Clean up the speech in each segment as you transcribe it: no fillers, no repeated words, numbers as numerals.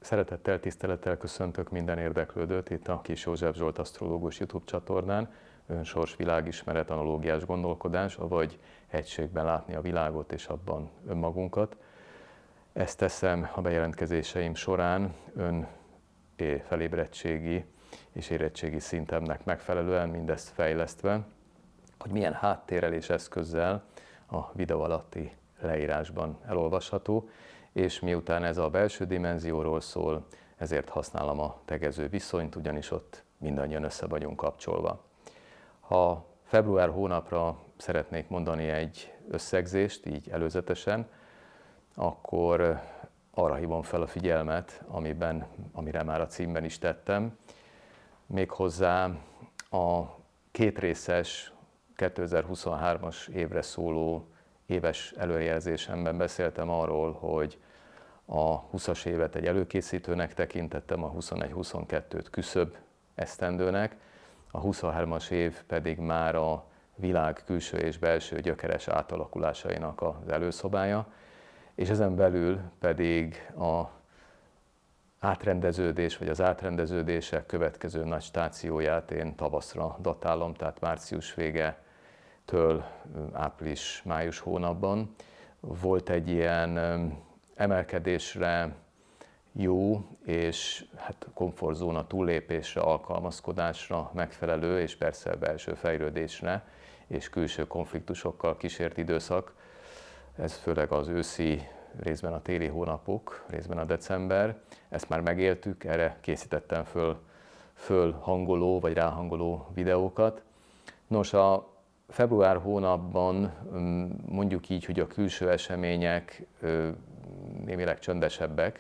Szeretettel, tisztelettel köszöntök minden érdeklődőt itt a Kis József Zsolt asztrológus YouTube csatornán. Önsors világismeret, analógiás gondolkodás, avagy egységben látni a világot és abban önmagunkat. Ezt teszem a bejelentkezéseim során ön felébredtségi és érettségi szintemnek megfelelően, mindezt fejlesztve, hogy milyen háttérrel és eszközzel a videó alatti leírásban elolvasható, és miután ez a belső dimenzióról szól, ezért használom a tegező viszonyt, ugyanis ott mindannyian össze vagyunk kapcsolva. Ha február hónapra szeretnék mondani egy összegzést, így előzetesen, akkor arra hívom fel a figyelmet, amire már a címben is tettem, méghozzá a kétrészes 2023-as évre szóló éves előrejelzésemben beszéltem arról, hogy a 20-as évet egy előkészítőnek tekintettem, a 21-22-t küszöb esztendőnek, a 23-as év pedig már a világ külső és belső gyökeres átalakulásainak az előszobája, és ezen belül pedig a átrendeződés, vagy az átrendeződések következő nagy stációját én tavaszra datálom, tehát március végetől április-május hónapban. Volt egy ilyen emelkedésre jó és komfortzóna túllépésre, alkalmazkodásra megfelelő, és persze belső fejlődésre és külső konfliktusokkal kísért időszak. Ez főleg az őszi, részben a téli hónapok, részben a december. Ezt már megéltük, erre készítettem fölhangoló vagy ráhangoló videókat. Nos, a február hónapban mondjuk így, hogy a külső események némileg csöndesebbek,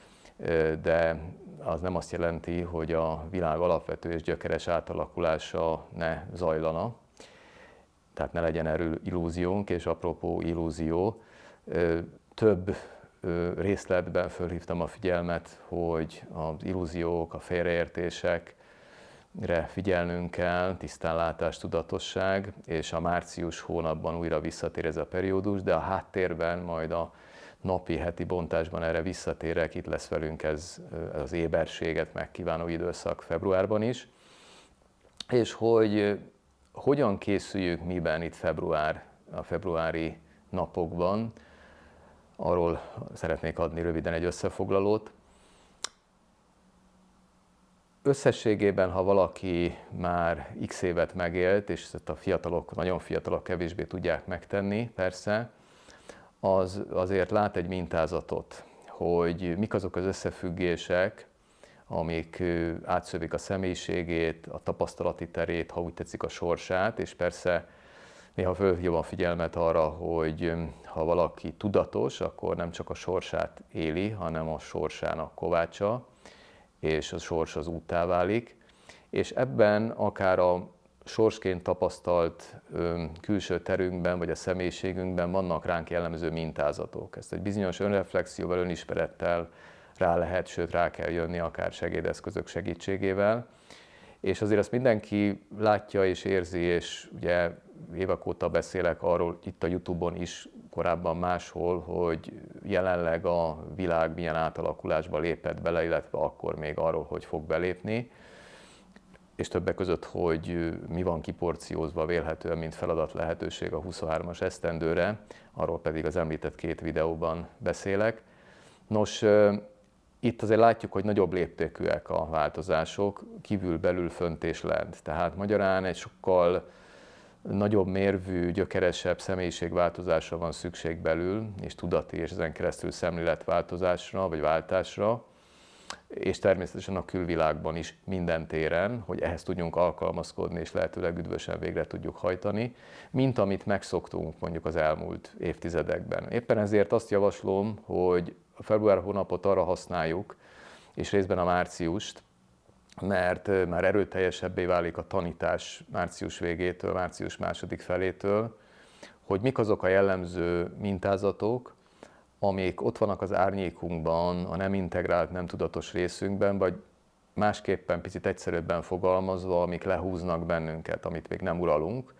de az nem azt jelenti, hogy a világ alapvető és gyökeres átalakulása ne zajlana. Tehát ne legyen erről illúziónk, és apropó illúzió, több részletben fölhívtam a figyelmet, hogy az illúziók, a félreértésekre figyelnünk kell, tisztánlátás, tudatosság, és a március hónapban újra visszatér ez a periódus, de a háttérben majd a napi, heti bontásban erre visszatérek, itt lesz velünk ez az éberséget megkívánó időszak februárban is, és hogy hogyan készüljük miben itt a februári napokban, arról szeretnék adni röviden egy összefoglalót. Összességében, ha valaki már x évet megélt, és ezt a fiatalok, nagyon fiatalok kevésbé tudják megtenni, persze, az azért lát egy mintázatot, hogy mik azok az összefüggések, amik átszövik a személyiségét, a tapasztalati terét, ha úgy tetszik a sorsát, és persze néha fölhívom a figyelmet arra, hogy ha valaki tudatos, akkor nem csak a sorsát éli, hanem a sorsának kovácsa, és a sors az úttá válik. És ebben akár a sorsként tapasztalt külső terünkben, vagy a személyiségünkben vannak ránk jellemző mintázatok. Ezt egy bizonyos önreflexióval, önismerettel rá lehet, sőt rá kell jönni, akár segédeszközök segítségével. És azért azt mindenki látja és érzi, és ugye évek óta beszélek arról itt a YouTube-on is, korábban máshol, hogy jelenleg a világ milyen átalakulásba lépett bele, illetve akkor még arról, hogy fog belépni, és többek között, hogy mi van kiporciózva vélhetően, mint feladat lehetőség a 23-as esztendőre, arról pedig az említett két videóban beszélek. Nos, itt azért látjuk, hogy nagyobb léptékűek a változások, kívül, belül, fönt és lent. Tehát magyarán egy sokkal nagyobb mérvű, gyökeresebb személyiségváltozásra van szükség belül, és tudati, és ezen keresztül szemléletváltozásra, vagy váltásra, és természetesen a külvilágban is minden téren, hogy ehhez tudjunk alkalmazkodni, és lehetőleg üdvösen végre tudjuk hajtani, mint amit megszoktunk mondjuk az elmúlt évtizedekben. Éppen ezért azt javaslom, hogy a február hónapot arra használjuk, és részben a márciust, mert már erőteljesebbé válik a tanítás március végétől, március második felétől, hogy mik azok a jellemző mintázatok, amik ott vannak az árnyékunkban, a nem integrált, nem tudatos részünkben, vagy másképpen picit egyszerűbben fogalmazva, amik lehúznak bennünket, amit még nem uralunk,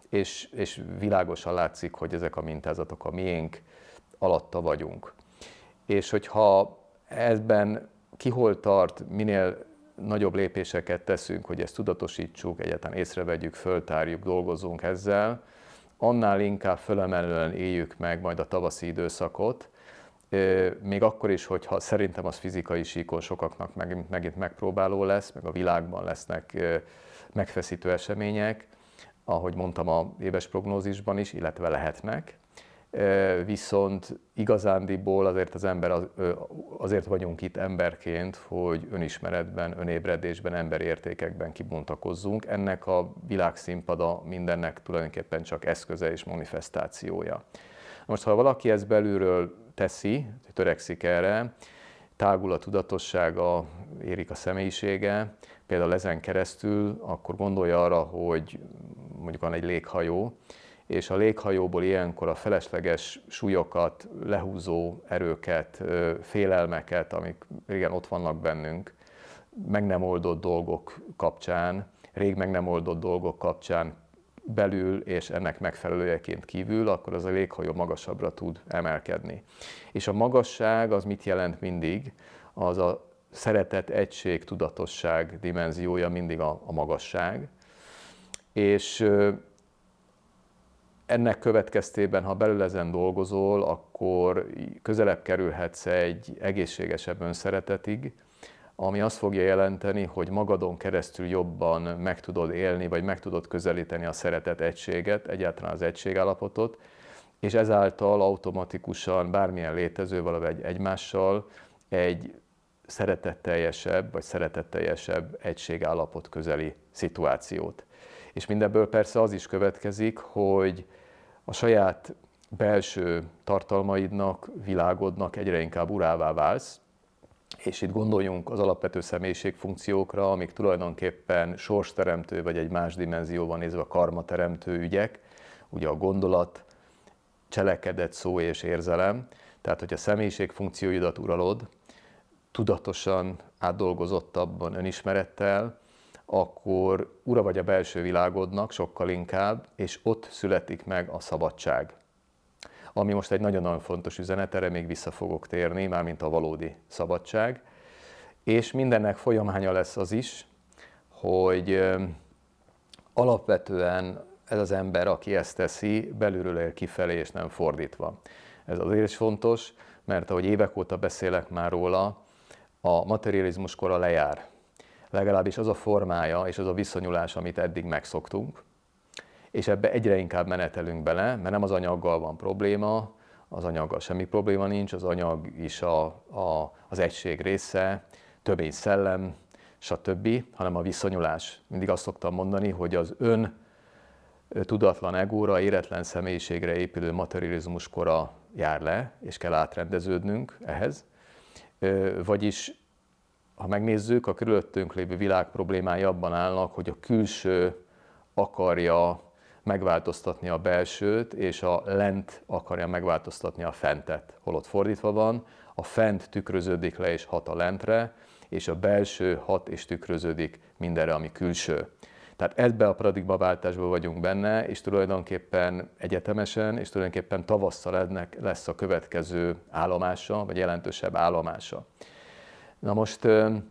és világosan látszik, hogy ezek a mintázatok a miénk alatta vagyunk. És hogyha ebben ki hol tart, minél nagyobb lépéseket teszünk, hogy ezt tudatosítsuk, egyáltalán észrevegyük, föltárjuk, dolgozunk ezzel, annál inkább fölemelően éljük meg majd a tavaszi időszakot, még akkor is, hogyha szerintem az fizikai síkon sokaknak megint megpróbáló lesz, meg a világban lesznek megfeszítő események, ahogy mondtam a éves prognózisban is, illetve lehetnek. Viszont igazándiból azért az ember, azért vagyunk itt emberként, hogy önismeretben, önébredésben, emberi értékekben kibontakozzunk. Ennek a világszínpada mindennek tulajdonképpen csak eszköze és manifestációja. Most, ha valaki ezt belülről teszi, törekszik erre, tágul a tudatossága, érik a személyisége, például ezen keresztül, akkor gondolja arra, hogy mondjuk van egy léghajó, és a léghajóból ilyenkor a felesleges súlyokat, lehúzó erőket, félelmeket, amik régen ott vannak bennünk, meg nem oldott dolgok kapcsán, rég meg nem oldott dolgok kapcsán belül és ennek megfelelőjeként kívül, akkor az a léghajó magasabbra tud emelkedni. És a magasság az mit jelent mindig? Az a szeretet, egység, tudatosság dimenziója mindig a magasság. És ennek következtében, ha belül ezen dolgozol, akkor közelebb kerülhetsz egy egészségesebb önszeretetig, ami azt fogja jelenteni, hogy magadon keresztül jobban meg tudod élni, vagy meg tudod közelíteni a szeretet egységet, egyáltalán az egységállapotot, és ezáltal automatikusan bármilyen létezővel, vagy egymással egy szeretetteljesebb, vagy szeretetteljesebb egységállapot közeli szituációt. És mindebből persze az is következik, hogy a saját belső tartalmaidnak, világodnak egyre inkább urává válsz, és itt gondoljunk az alapvető személyiségfunkciókra, amik tulajdonképpen sorsteremtő, vagy egy más dimenzióban nézve a karmateremtő ügyek, ugye a gondolat, cselekedet, szó és érzelem. Tehát, hogy a személyiségfunkcióidat uralod, tudatosan, átdolgozottabban, önismerettel, akkor ura vagy a belső világodnak sokkal inkább, és ott születik meg a szabadság. Ami most egy nagyon-nagyon fontos üzenet, erre még vissza fogok térni, mármint a valódi szabadság. És mindennek folyamánya lesz az is, hogy alapvetően ez az ember, aki ezt teszi, belülről ér kifelé, és nem fordítva. Ez azért is fontos, mert ahogy évek óta beszélek már róla, a materializmus kora lejár. Legalábbis az a formája és az a viszonyulás, amit eddig megszoktunk, és ebbe egyre inkább menetelünk bele, mert nem az anyaggal van probléma, az anyaggal semmi probléma nincs, az anyag is az egység része, tömény szellem, stb., hanem a viszonyulás. Mindig azt szoktam mondani, hogy az tudatlan egóra, éretlen személyiségre épülő materializmus kora jár le, és kell átrendeződnünk ehhez. Vagyis, ha megnézzük, a körülöttünk lévő világ problémái abban állnak, hogy a külső akarja megváltoztatni a belsőt, és a lent akarja megváltoztatni a fentet. Holott fordítva van, a fent tükröződik le és hat a lentre, és a belső hat és tükröződik mindenre, ami külső. Tehát ebben a paradigmaváltásban vagyunk benne, és tulajdonképpen egyetemesen, és tulajdonképpen tavasszal ennek lesz a következő állomása, vagy jelentősebb állomása. Na most,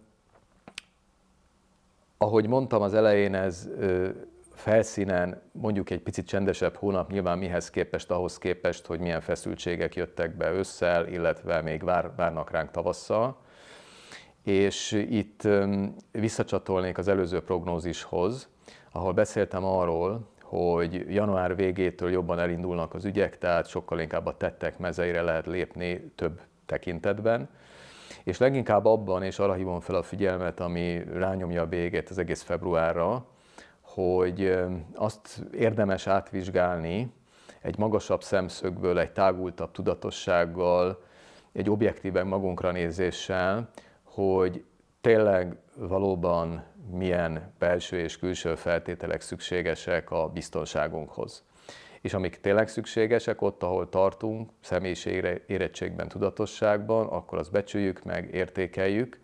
ahogy mondtam az elején, ez felszínen mondjuk egy picit csendesebb hónap, nyilván mihez képest, ahhoz képest, hogy milyen feszültségek jöttek be ősszel, illetve még várnak ránk tavasszal. És itt visszacsatolnék az előző prognózishoz, ahol beszéltem arról, hogy január végétől jobban elindulnak az ügyek, tehát sokkal inkább a tettek mezeire lehet lépni több tekintetben. És leginkább abban, és arra hívom fel a figyelmet, ami rányomja a bélyegét az egész februárra, hogy azt érdemes átvizsgálni egy magasabb szemszögből, egy tágultabb tudatossággal, egy objektíven magunkra nézéssel, hogy tényleg valóban milyen belső és külső feltételek szükségesek a biztonságunkhoz. És amik tényleg szükségesek, ott, ahol tartunk, személyiség érettségben, tudatosságban, akkor azt becsüljük meg, értékeljük,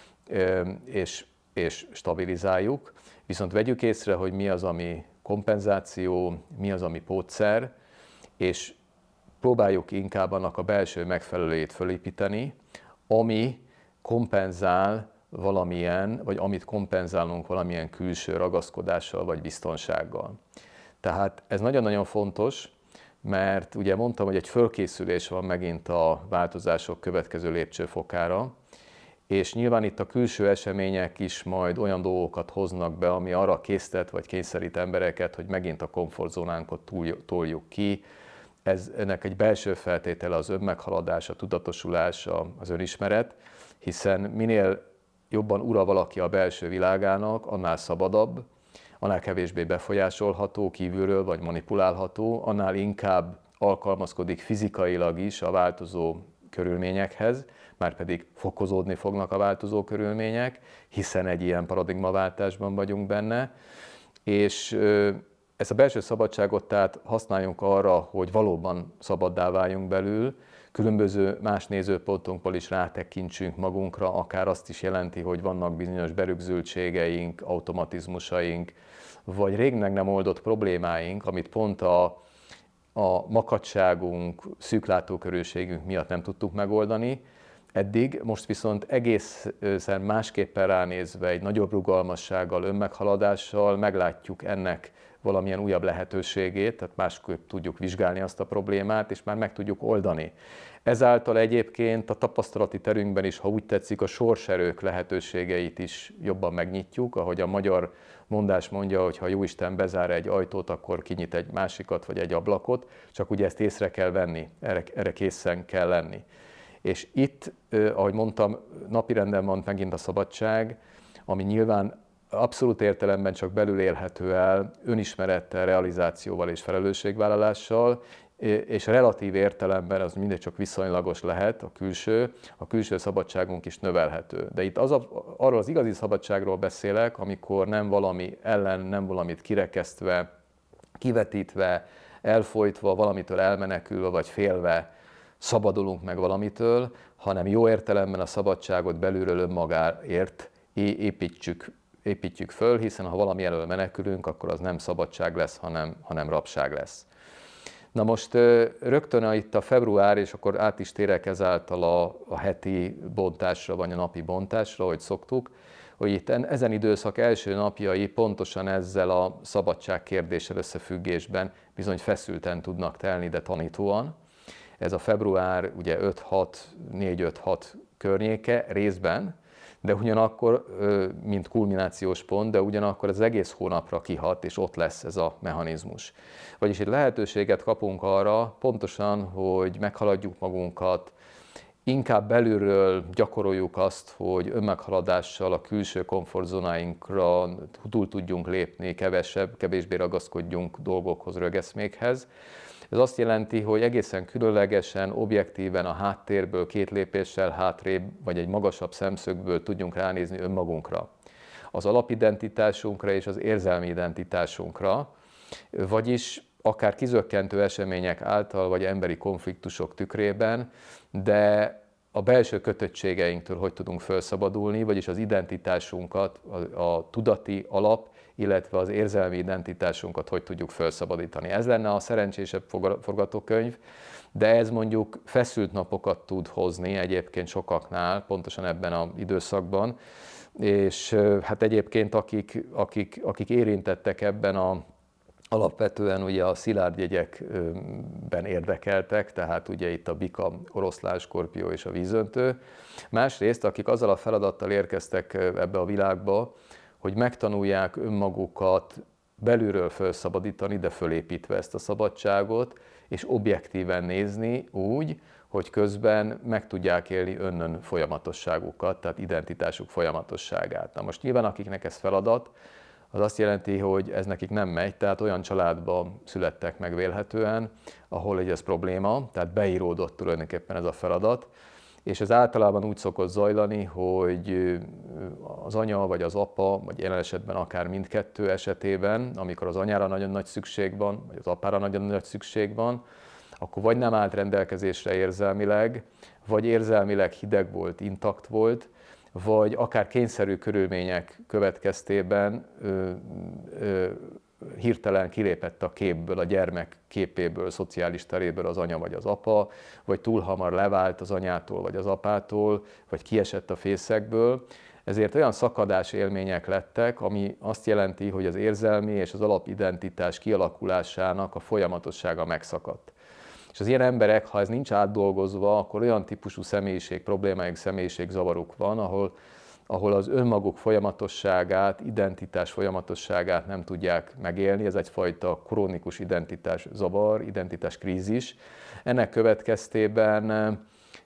és stabilizáljuk. Viszont vegyük észre, hogy mi az, ami kompenzáció, mi az, ami pótszer, és próbáljuk inkább annak a belső megfelelőjét fölépíteni, ami kompenzál valamilyen, vagy amit kompenzálunk valamilyen külső ragaszkodással vagy biztonsággal. Tehát ez nagyon-nagyon fontos, mert ugye mondtam, hogy egy fölkészülés van megint a változások következő lépcsőfokára, és nyilván itt a külső események is majd olyan dolgokat hoznak be, ami arra késztet vagy kényszerít embereket, hogy megint a komfortzónánkat toljuk ki. Ennek egy belső feltétele az önmeghaladás, a tudatosulás, az önismeret, hiszen minél jobban ura valaki a belső világának, annál szabadabb, annál kevésbé befolyásolható kívülről vagy manipulálható, annál inkább alkalmazkodik fizikailag is a változó körülményekhez, márpedig fokozódni fognak a változó körülmények, hiszen egy ilyen paradigmaváltásban vagyunk benne, és ezt a belső szabadságot tehát használjunk arra, hogy valóban szabaddá váljunk belül, különböző más nézőpontokból is rátekintsünk magunkra, akár azt is jelenti, hogy vannak bizonyos berögzültségeink, automatizmusaink, vagy rég meg nem oldott problémáink, amit pont a makadságunk, szűklátókörűségünk miatt nem tudtuk megoldani eddig, most viszont egészen másképpen ránézve, egy nagyobb rugalmassággal, önmeghaladással meglátjuk ennek valamilyen újabb lehetőségét, tehát másképp tudjuk vizsgálni azt a problémát, és már meg tudjuk oldani. Ezáltal egyébként a tapasztalati terünkben is, ha úgy tetszik, a sorserők lehetőségeit is jobban megnyitjuk, ahogy a magyar mondás mondja, hogy ha Jóisten bezár egy ajtót, akkor kinyit egy másikat, vagy egy ablakot, csak ugye ezt észre kell venni, erre készen kell lenni. És itt, ahogy mondtam, napirenden van megint a szabadság, ami nyilván abszolút értelemben csak belül érhető el, önismerettel, realizációval és felelősségvállalással, és relatív értelemben az mindegy csak viszonylagos lehet, a külső szabadságunk is növelhető. De itt arról az igazi szabadságról beszélek, amikor nem valami ellen, nem valamit kirekesztve, kivetítve, elfojtva, valamitől elmenekülve vagy félve szabadulunk meg valamitől, hanem jó értelemben a szabadságot belülről önmagáért építjük föl, hiszen ha valami elől menekülünk, akkor az nem szabadság lesz, hanem rabság lesz. Na most rögtön itt a február, és akkor át is térek ezáltal a heti bontásra, vagy a napi bontásra, ahogy szoktuk, hogy itt ezen időszak első napjai pontosan ezzel a szabadság kérdéssel összefüggésben bizony feszülten tudnak telni, de tanítóan. Ez a február ugye 4-5-6 környéke részben, de ugyanakkor, mint kulminációs pont, de ugyanakkor az egész hónapra kihat, és ott lesz ez a mechanizmus. Vagyis egy lehetőséget kapunk arra pontosan, hogy meghaladjuk magunkat, inkább belülről gyakoroljuk azt, hogy önmeghaladással a külső komfortzónáinkra túl tudjunk lépni, kevésbé ragaszkodjunk dolgokhoz, rögeszmékhez. Ez azt jelenti, hogy egészen különlegesen, objektíven a háttérből 2 lépéssel hátrébb, vagy egy magasabb szemszögből tudjunk ránézni önmagunkra, az alapidentitásunkra és az érzelmi identitásunkra, vagyis akár kizökkentő események által, vagy emberi konfliktusok tükrében, de a belső kötöttségeinktől hogy tudunk felszabadulni, vagyis az identitásunkat, a tudati alap, illetve az érzelmi identitásunkat hogy tudjuk felszabadítani. Ez lenne a szerencsésebb forgatókönyv, de ez mondjuk feszült napokat tud hozni egyébként sokaknál, pontosan ebben az időszakban, és hát egyébként akik érintettek ebben alapvetően ugye a szilárd jegyekben érdekeltek, tehát ugye itt a bika, oroszlán, skorpió és a vízöntő. Másrészt, akik azzal a feladattal érkeztek ebbe a világba, hogy megtanulják önmagukat belülről felszabadítani, de fölépítve ezt a szabadságot, és objektíven nézni úgy, hogy közben meg tudják élni önnön folyamatosságukat, tehát identitásuk folyamatosságát. Na most nyilván akiknek ez feladat, az azt jelenti, hogy ez nekik nem megy, tehát olyan családba születtek meg vélhetően, ahol ez probléma, tehát beíródott tulajdonképpen ez a feladat, és ez általában úgy szokott zajlani, hogy az anya vagy az apa, vagy jelen esetben akár mindkettő esetében, amikor az anyára nagyon nagy szükség van, vagy az apára nagyon nagy szükség van, akkor vagy nem állt rendelkezésre érzelmileg, vagy érzelmileg hideg volt, intakt volt, vagy akár kényszerű körülmények következtében hirtelen kilépett a képből, a gyermek képéből, szociális teréből az anya vagy az apa, vagy túl hamar levált az anyától vagy az apától, vagy kiesett a fészekből. Ezért olyan szakadás élmények lettek, ami azt jelenti, hogy az érzelmi és az alapidentitás kialakulásának a folyamatossága megszakadt. És az ilyen emberek, ha ez nincs átdolgozva, akkor olyan típusú személyiség problémájuk, személyiségzavaruk van, ahol az önmaguk folyamatosságát, identitás folyamatosságát nem tudják megélni. Ez egyfajta krónikus identitászavar, identitáskrízis. Ennek következtében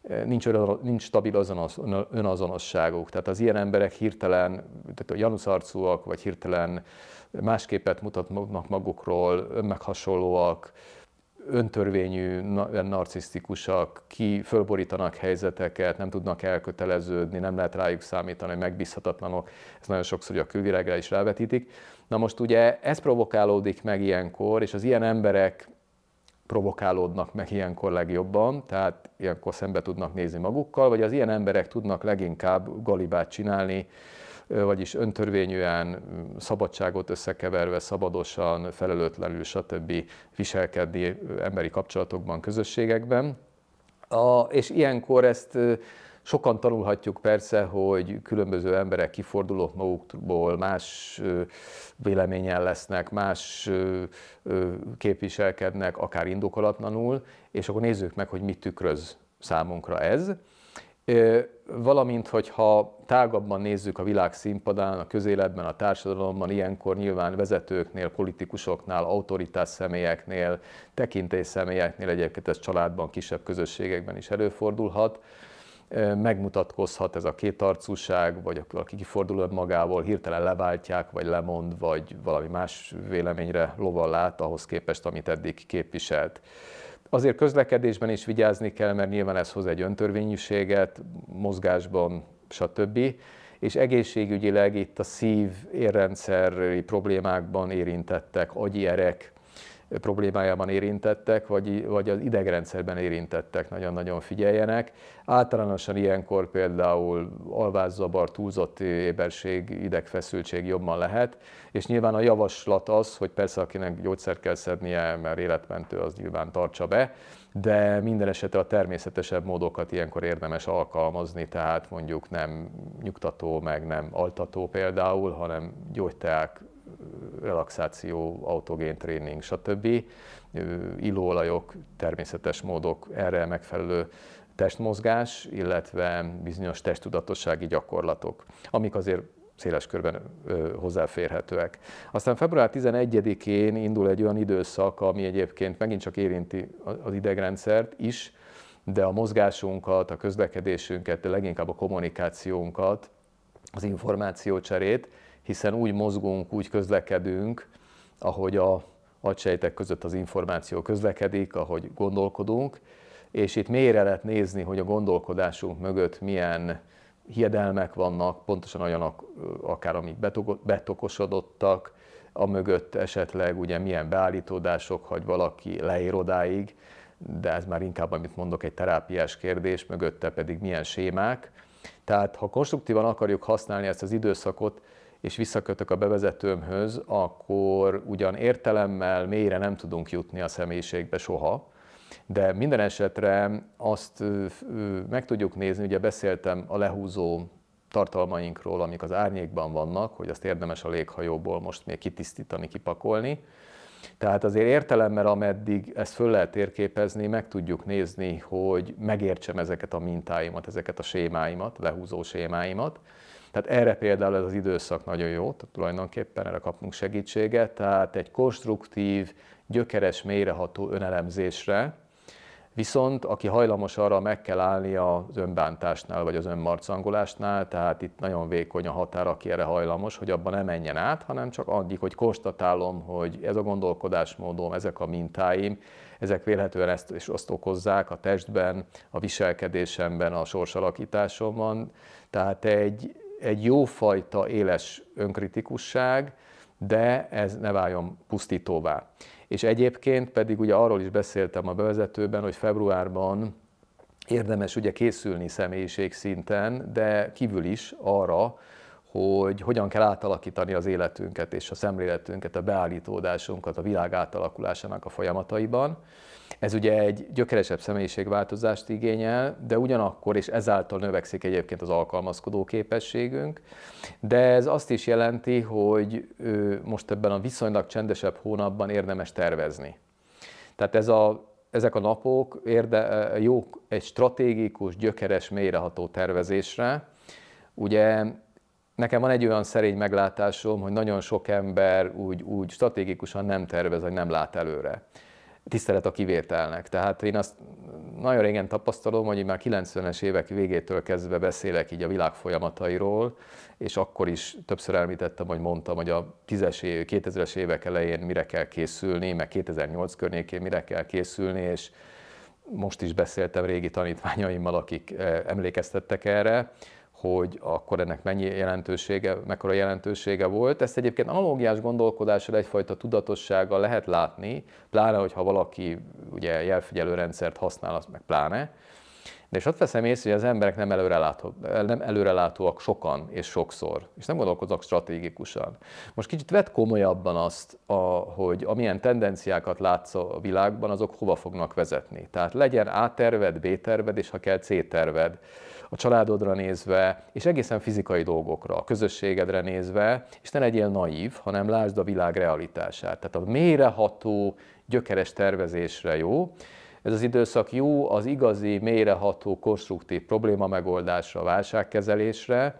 nincs stabil önazonosságuk. Tehát az ilyen emberek hirtelen, tehát a januszarcúak, vagy hirtelen másképet mutatnak magukról, önmeghasonlóak, öntörvényű, narcisztikusak, fölborítanak helyzeteket, nem tudnak elköteleződni, nem lehet rájuk számítani, hogy megbízhatatlanok. Ez nagyon sokszor a külvilágra is rávetítik. Na most ugye ez provokálódik meg ilyenkor, és az ilyen emberek provokálódnak meg ilyenkor legjobban, tehát ilyenkor szembe tudnak nézni magukkal, vagy az ilyen emberek tudnak leginkább galibát csinálni, vagyis öntörvényűen, szabadságot összekeverve, szabadosan, felelőtlenül, stb. Viselkedni emberi kapcsolatokban, közösségekben. És ilyenkor ezt sokan tanulhatjuk persze, hogy különböző emberek kifordulók magukból, más véleménnyel lesznek, más képviselkednek, akár indokolatlanul, és akkor nézzük meg, hogy mit tükröz számunkra ez. Valamint, hogyha tágabban nézzük a világ színpadán, a közéletben, a társadalomban, ilyenkor nyilván vezetőknél, politikusoknál, autoritás személyeknél, tekintély személyeknél, egyébként ez családban, kisebb közösségekben is előfordulhat, megmutatkozhat ez a kétarcúság, vagy aki kifordul magával, hirtelen leváltják, vagy lemond, vagy valami más véleményre loval át ahhoz képest, amit eddig képviselt. Azért közlekedésben is vigyázni kell, mert nyilván ez hoz egy öntörvényűséget, mozgásban, stb. És egészségügyileg itt a szív-érrendszeri problémákban érintettek, agyi erek problémájában érintettek, vagy az idegrendszerben érintettek, nagyon-nagyon figyeljenek. Általánosan ilyenkor például alvászavar, túlzott éberség, idegfeszültség jobban lehet, és nyilván a javaslat az, hogy persze akinek gyógyszert kell szednie, mert életmentő, az nyilván tartsa be, de minden esetre a természetesebb módokat ilyenkor érdemes alkalmazni, tehát mondjuk nem nyugtató, meg nem altató például, hanem gyógyteák, relaxáció, autogén tréning, stb. Illóolajok, természetes módok, erre megfelelő testmozgás, illetve bizonyos testtudatossági gyakorlatok, amik azért széles körben hozzáférhetőek. Aztán február 11-én indul egy olyan időszak, ami egyébként megint csak érinti az idegrendszert is, de a mozgásunkat, a közlekedésünket, de leginkább a kommunikációnkat, az információcserét, hiszen úgy mozgunk, úgy közlekedünk, ahogy a agysejtek között az információ közlekedik, ahogy gondolkodunk, és itt mélyre lehet nézni, hogy a gondolkodásunk mögött milyen hiedelmek vannak, pontosan olyanok, akár amik betokosodottak, a mögött esetleg ugye milyen beállítódások, hogy valaki leér odáig, de ez már inkább, amit mondok, egy terápiás kérdés, mögötte pedig milyen sémák. Tehát ha konstruktívan akarjuk használni ezt az időszakot, és visszakötök a bevezetőmhöz, akkor ugyan értelemmel mélyre nem tudunk jutni a személyiségbe soha, de minden esetre azt meg tudjuk nézni, ugye beszéltem a lehúzó tartalmainkról, amik az árnyékban vannak, hogy azt érdemes a léghajóból most még kitisztítani, kipakolni. Tehát azért értelemmel, ameddig ezt föl lehet térképezni, meg tudjuk nézni, hogy megértsem ezeket a mintáimat, ezeket a sémáimat, lehúzó sémáimat. Tehát erre például ez az időszak nagyon jó, tehát tulajdonképpen erre kapunk segítséget, tehát egy konstruktív, gyökeres, mélyreható önelemzésre, viszont aki hajlamos arra, meg kell állni az önbántásnál, vagy az önmarcangolásnál, tehát itt nagyon vékony a határ, aki erre hajlamos, hogy abban ne menjen át, hanem csak addig, hogy konstatálom, hogy ez a gondolkodásmódom, ezek a mintáim, ezek vélhetően ezt és azt okozzák a testben, a viselkedésemben, a sorsalakításomban. Tehát egy jófajta éles önkritikusság, de ez ne váljon pusztítóvá. És egyébként pedig ugye arról is beszéltem a bevezetőben, hogy februárban érdemes ugye készülni személyiség szinten, de kívül is arra, hogy hogyan kell átalakítani az életünket és a szemléletünket, a beállítódásunkat a világ átalakulásának a folyamataiban. Ez ugye egy gyökeresebb személyiségváltozást igényel, de ugyanakkor, és ezáltal növekszik egyébként az alkalmazkodó képességünk, de ez azt is jelenti, hogy most ebben a viszonylag csendesebb hónapban érdemes tervezni. Tehát ezek a napok jók egy stratégikus, gyökeres, mélyreható tervezésre. Ugye nekem van egy olyan szerény meglátásom, hogy nagyon sok ember úgy stratégikusan nem tervez, vagy nem lát előre. Tisztelet a kivételnek. Tehát én azt nagyon régen tapasztalom, hogy én már 90-es évek végétől kezdve beszélek így a világ folyamatairól, és akkor is többször említettem, hogy mondtam, hogy a 2000-es évek elején mire kell készülni, meg 2008 környékén mire kell készülni, és most is beszéltem régi tanítványaimmal, akik emlékeztettek erre, hogy akkor ennek mekkora jelentősége volt. Ezt egyébként analógiás gondolkodással, egyfajta tudatossággal lehet látni, pláne, hogyha valaki ugye jelfigyelő rendszert használ, az meg pláne. De és ott veszem észre, hogy az emberek nem előrelátóak sokan és sokszor, és nem gondolkoznak stratégikusan. Most kicsit vedd komolyabban azt, hogy amilyen tendenciákat látsz a világban, azok hova fognak vezetni. Tehát legyen A-terved, B-terved, és ha kell C-terved, a családodra nézve, és egészen fizikai dolgokra, a közösségedre nézve, és ne legyél naív, hanem lásd a világ realitását. Tehát a mélyreható, gyökeres tervezésre jó. Ez az időszak jó az igazi, mélyreható, konstruktív problémamegoldásra, válságkezelésre,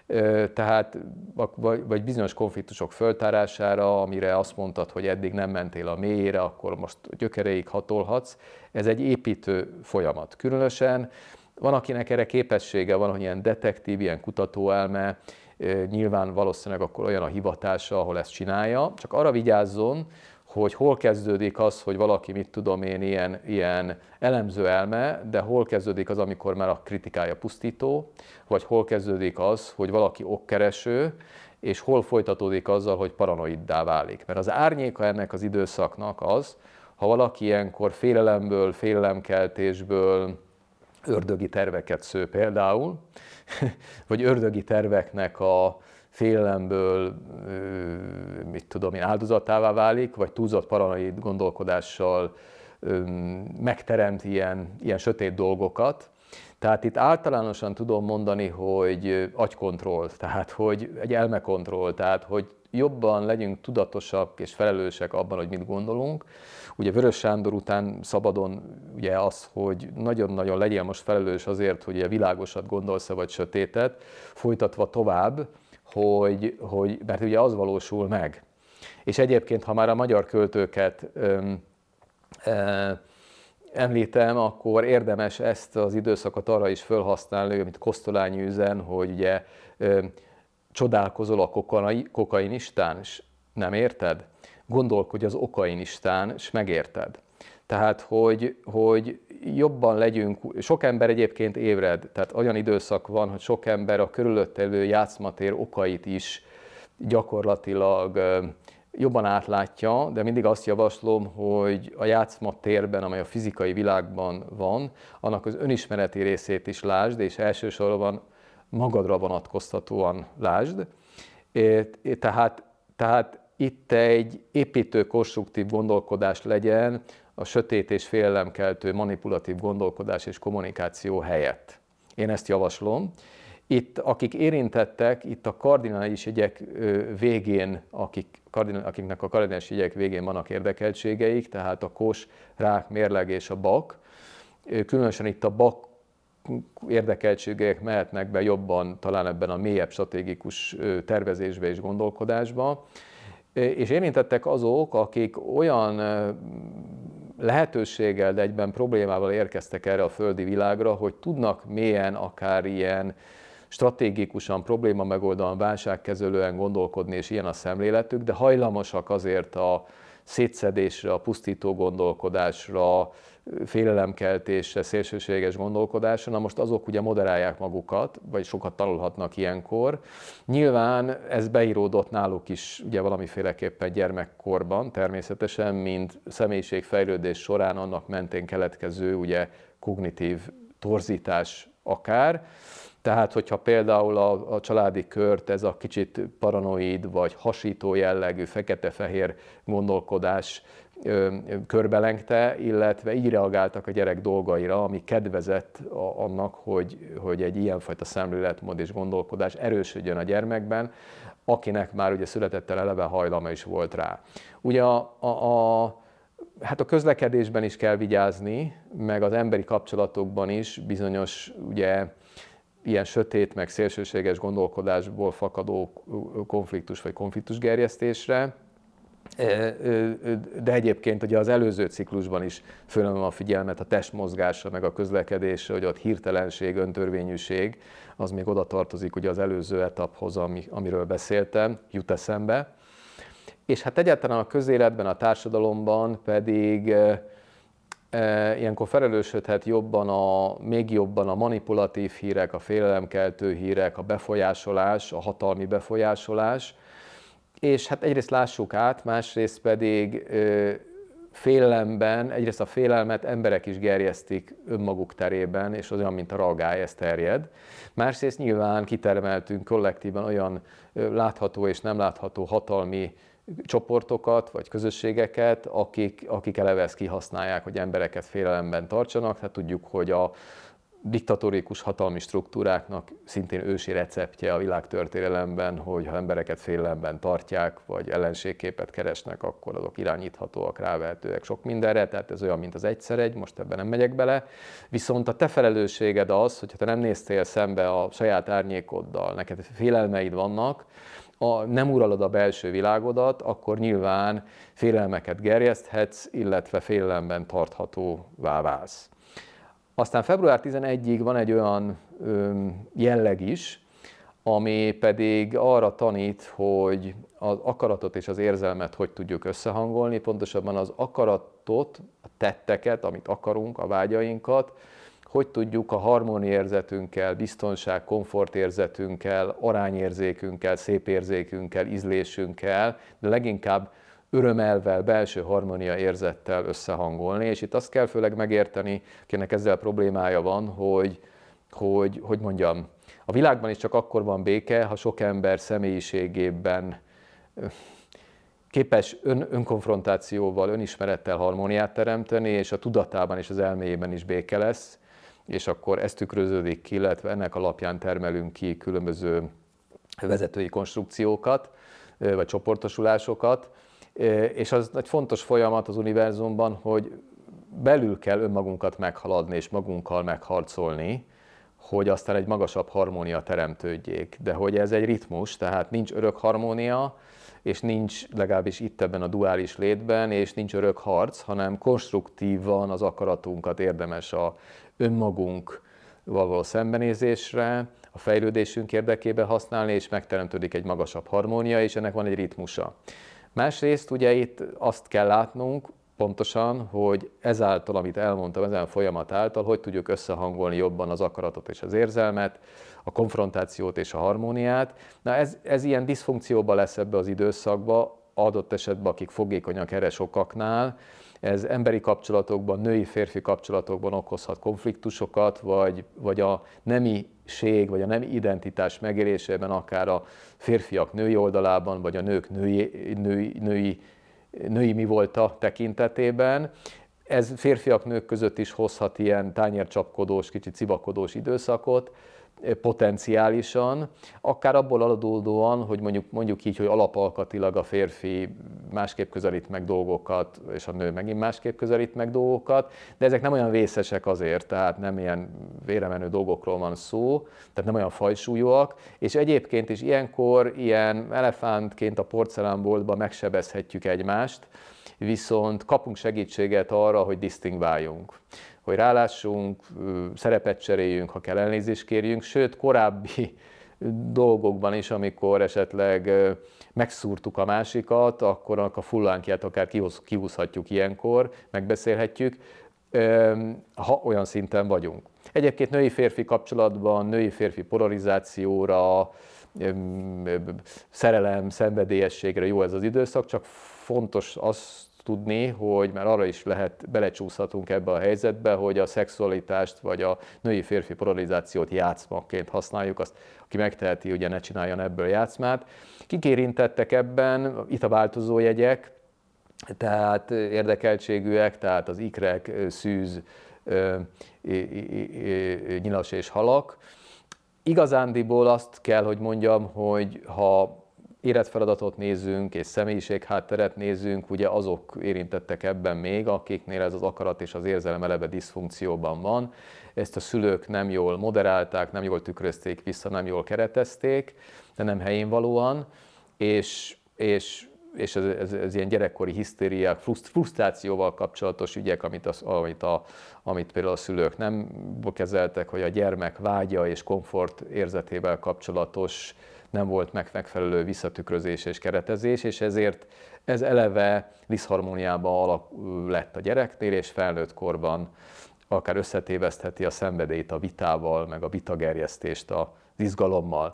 tehát vagy bizonyos konfliktusok föltárására, amire azt mondtad, hogy eddig nem mentél a mélyére, akkor most gyökereig hatolhatsz. Ez egy építő folyamat. Különösen van, akinek erre képessége van, hogy ilyen detektív, ilyen kutatóelme, nyilván valószínűleg akkor olyan a hivatása, ahol ezt csinálja, csak arra vigyázzon, hogy hol kezdődik az, hogy valaki, mit tudom én, ilyen elemző elme, de hol kezdődik az, amikor már a kritikája pusztító, vagy hol kezdődik az, hogy valaki okkereső, és hol folytatódik azzal, hogy paranoiddá válik. Mert az árnyéka ennek az időszaknak az, ha valaki ilyenkor félelemből, félelemkeltésből, ördögi terveket sző például, vagy ördögi terveknek a félelemből, mit tudom én, áldozatává válik, vagy túlzott paranoid gondolkodással megteremt ilyen sötét dolgokat. Tehát itt általánosan tudom mondani, hogy agykontroll, tehát hogy egy elmekontroll, tehát hogy jobban legyünk tudatosak és felelősek abban, hogy mit gondolunk. Ugye Vörös Sándor után szabadon ugye az, hogy nagyon-nagyon legyél most felelős azért, hogy világosat gondolsz-e vagy sötétet, folytatva tovább, mert ugye az valósul meg. És egyébként, ha már a magyar költőket említem, akkor érdemes ezt az időszakot arra is felhasználni, amit Kosztolányi üzen, hogy ugye csodálkozol a kokainistán, és nem érted? Gondolkodj az okainistán, és megérted. Tehát, hogy jobban legyünk, sok ember egyébként ébred, tehát olyan időszak van, hogy sok ember a körülötte lévő játszmatér okait is gyakorlatilag jobban átlátja, de mindig azt javaslom, hogy a játszmatérben, amely a fizikai világban van, annak az önismereti részét is lásd, és elsősorban magadra vonatkoztatóan lásd. Tehát itt egy építő, konstruktív gondolkodás legyen a sötét és félelemkeltő manipulatív gondolkodás és kommunikáció helyett. Én ezt javaslom. Itt, akik érintettek, itt a kardinális jegyek végén, akiknek a kardinális jegyek végén vannak érdekeltségeik, tehát a kos, rák, mérleg és a bak. Különösen itt a bak érdekeltségek mehetnek be jobban talán ebben a mélyebb stratégikus tervezésbe és gondolkodásba. És érintettek azok, akik olyan lehetőséggel, de egyben problémával érkeztek erre a földi világra, hogy tudnak mélyen akár ilyen stratégikusan, problémamegoldóan, válságkezelően gondolkodni, és ilyen a szemléletük, de hajlamosak azért a szétszedésre, a pusztító gondolkodásra, félelemkeltésre, szélsőséges gondolkodásra. Na most azok ugye moderálják magukat, vagy sokat tanulhatnak ilyenkor. Nyilván ez beíródott náluk is ugye valamiféleképpen gyermekkorban, természetesen, mint személyiségfejlődés során annak mentén keletkező ugye kognitív torzítás akár. Tehát, hogyha például a családi kört ez a kicsit paranoid vagy hasító jellegű fekete-fehér gondolkodás körbelengte, illetve így reagáltak a gyerek dolgaira, ami kedvezett annak, hogy egy ilyenfajta szemléletmód és gondolkodás erősödjön a gyermekben, akinek már ugye születettel eleve hajlama is volt rá. Ugye hát a közlekedésben is kell vigyázni, meg az emberi kapcsolatokban is bizonyos ugye ilyen sötét, meg szélsőséges gondolkodásból fakadó konfliktus vagy konfliktusgerjesztésre. De egyébként ugye az előző ciklusban is fölemelem a figyelmet a testmozgásra, meg a közlekedésre, hogy ott hirtelenség, öntörvényűség, az még oda tartozik ugye az előző etaphoz, amiről beszéltem, jut eszembe. És hát egyáltalán a közéletben, a társadalomban pedig ilyenkor felelősödhet még jobban a manipulatív hírek, a félelemkeltő hírek, a befolyásolás, a hatalmi befolyásolás, és hát egyrészt lássuk át, másrészt pedig félelemben, egyrészt a félelmet emberek is gerjesztik önmaguk terében, és az olyan, mint a ragály, ez terjed. Másrészt nyilván kitermeltünk kollektíven olyan látható és nem látható hatalmi csoportokat vagy közösségeket, akik eleve ezt kihasználják, hogy embereket félelemben tartsanak. Hát tudjuk, hogy a diktatórikus hatalmi struktúráknak szintén ősi receptje a világtörténelemben, hogy ha embereket félelemben tartják, vagy ellenségképet keresnek, akkor azok irányíthatóak, rávehetőek sok mindenre, tehát ez olyan, mint az egyszer egy, most ebben nem megyek bele. Viszont a te felelősséged az, hogyha te nem néztél szembe a saját árnyékoddal, neked félelmeid vannak, nem uralod a belső világodat, akkor nyilván félelmeket gerjeszthetsz, illetve félelemben tarthatóvá válsz. Aztán február 11-ig van egy olyan jelleg is, ami pedig arra tanít, hogy az akaratot és az érzelmet hogy tudjuk összehangolni, pontosabban az akaratot, a tetteket, amit akarunk, a vágyainkat, hogy tudjuk a harmóniaérzetünkkel, biztonság, komfortérzetünkkel, arányérzékünkkel, szépérzékünkkel, ízlésünkkel, de leginkább örömelvel, belső harmónia érzettel összehangolni, és itt azt kell főleg megérteni, akinek ezzel problémája van, hogy mondjam, a világban is csak akkor van béke, ha sok ember személyiségében képes önkonfrontációval, önismerettel harmóniát teremteni, és a tudatában és az elméjében is béke lesz, és akkor ez tükröződik ki, illetve ennek alapján termelünk ki különböző vezetői konstrukciókat, vagy csoportosulásokat, és az egy fontos folyamat az univerzumban, hogy belül kell önmagunkat meghaladni és magunkkal megharcolni, hogy aztán egy magasabb harmónia teremtődjék. De hogy ez egy ritmus, tehát nincs örök harmónia, és nincs legalábbis itt ebben a duális létben, és nincs örök harc, hanem konstruktívan az akaratunkat érdemes a önmagunkval való szembenézésre, a fejlődésünk érdekében használni, és megteremtődik egy magasabb harmónia, és ennek van egy ritmusa. Másrészt ugye itt azt kell látnunk pontosan, hogy ezáltal, amit elmondtam, ezen a folyamat által, hogy tudjuk összehangolni jobban az akaratot és az érzelmet, a konfrontációt és a harmóniát. Na ez ilyen diszfunkcióban lesz ebbe az időszakba, adott esetben, akik fogékonyak erre sokaknál, ez emberi kapcsolatokban, női-férfi kapcsolatokban okozhat konfliktusokat, vagy a nemiség, vagy a nemi identitás megélésében, akár a férfiak női oldalában, vagy a nők női mi volta tekintetében. Ez férfiak-nők között is hozhat ilyen tányércsapkodós, kicsit civakodós időszakot, potenciálisan, akár abból adódóan, hogy mondjuk így, hogy alapalkatilag a férfi másképp közelít meg dolgokat, és a nő megint másképp közelít meg dolgokat, de ezek nem olyan vészesek azért, tehát nem ilyen véremenő dolgokról van szó, tehát nem olyan fajsúlyúak, és egyébként is ilyenkor ilyen elefántként a porcelánboltban megsebezhetjük egymást, viszont kapunk segítséget arra, hogy disztingváljunk, hogy rálássunk, szerepet cseréljünk, ha kell elnézést kérjünk, sőt korábbi dolgokban is, amikor esetleg megszúrtuk a másikat, akkor a fullánkját akár kihúzhatjuk ilyenkor, megbeszélhetjük, ha olyan szinten vagyunk. Egyébként női-férfi kapcsolatban, női-férfi polarizációra, szerelem, szenvedélyességre jó ez az időszak, csak fontos azt tudni, hogy már arra is belecsúszhatunk ebbe a helyzetbe, hogy a szexualitást vagy a női-férfi polarizációt játszmaként használjuk, azt aki megteheti, ugye ne csináljon ebből játszmát. Kik érintettek ebben? Itt a változójegyek, tehát érdekeltségűek, tehát az ikrek, szűz, nyilas és halak. Igazándiból azt kell, hogy mondjam, hogy ha életfeladatot nézzünk és személyiséghátteret nézzünk, ugye azok érintettek ebben még, akiknél ez az akarat és az érzelem eleve diszfunkcióban van. Ezt a szülők nem jól moderálták, nem jól tükrözték vissza, nem jól keretezték, de nem helyén valóan, és ez ilyen gyerekkori hisztériák, frusztrációval kapcsolatos ügyek, amit például a szülők nem kezeltek, hogy a gyermek vágya és komfort érzetével kapcsolatos nem volt megfelelő visszatükrözés és keretezés, és ezért ez eleve diszharmóniában lett a gyereknél, és felnőtt korban akár összetévesztheti a szenvedélyt a vitával, meg a vitagerjesztést az izgalommal,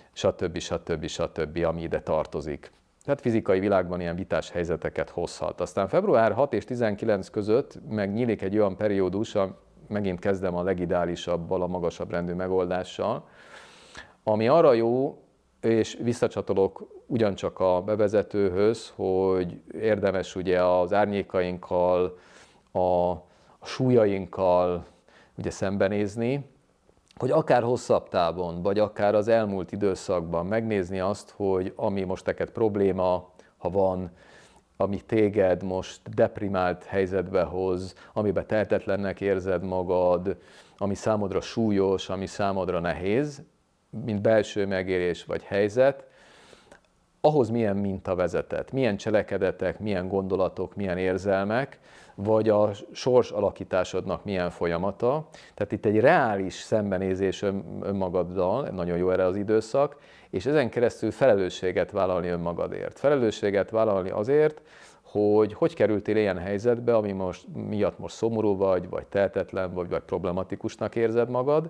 stb., ami ide tartozik. Tehát fizikai világban ilyen vitás helyzeteket hozhat. Aztán február 6 és 19 között megnyílik egy olyan periódus, megint kezdem a legideálisabbal, a magasabb rendű megoldással, ami arra jó, és visszacsatolok ugyancsak a bevezetőhöz, hogy érdemes ugye az árnyékainkkal, a súlyainkkal ugye szembenézni, hogy akár hosszabb távon, vagy akár az elmúlt időszakban megnézni azt, hogy ami most neked probléma, ha van, ami téged most deprimált helyzetbe hoz, amiben tehetetlennek érzed magad, ami számodra súlyos, ami számodra nehéz, mint belső megérés vagy helyzet, ahhoz milyen minta vezetett, milyen cselekedetek, milyen gondolatok, milyen érzelmek, vagy a sors alakításodnak milyen folyamata. Tehát itt egy reális szembenézés önmagaddal, nagyon jó erre az időszak, és ezen keresztül felelősséget vállalni önmagadért. Felelősséget vállalni azért, hogy kerültél ilyen helyzetbe, ami miatt most szomorú vagy tehetetlen vagy problematikusnak érzed magad.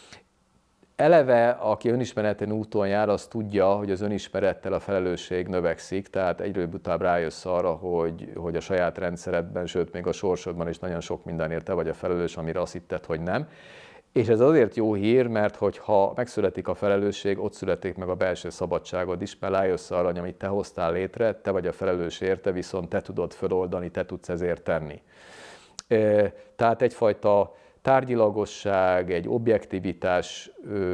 Eleve, aki önismereten úton jár, az tudja, hogy az önismerettel a felelősség növekszik, tehát egyről-utább rájössz arra, hogy a saját rendszeredben, sőt még a sorsodban is nagyon sok mindenért te vagy a felelős, amire azt hitted, hogy nem. És ez azért jó hír, mert hogyha megszületik a felelősség, ott születik meg a belső szabadságod is, mert rájössz arra, hogy amit te hoztál létre, te vagy a felelős érte, viszont te tudod föloldani, te tudsz ezért tenni. Tehát egyfajta tárgyilagosság, egy objektivitás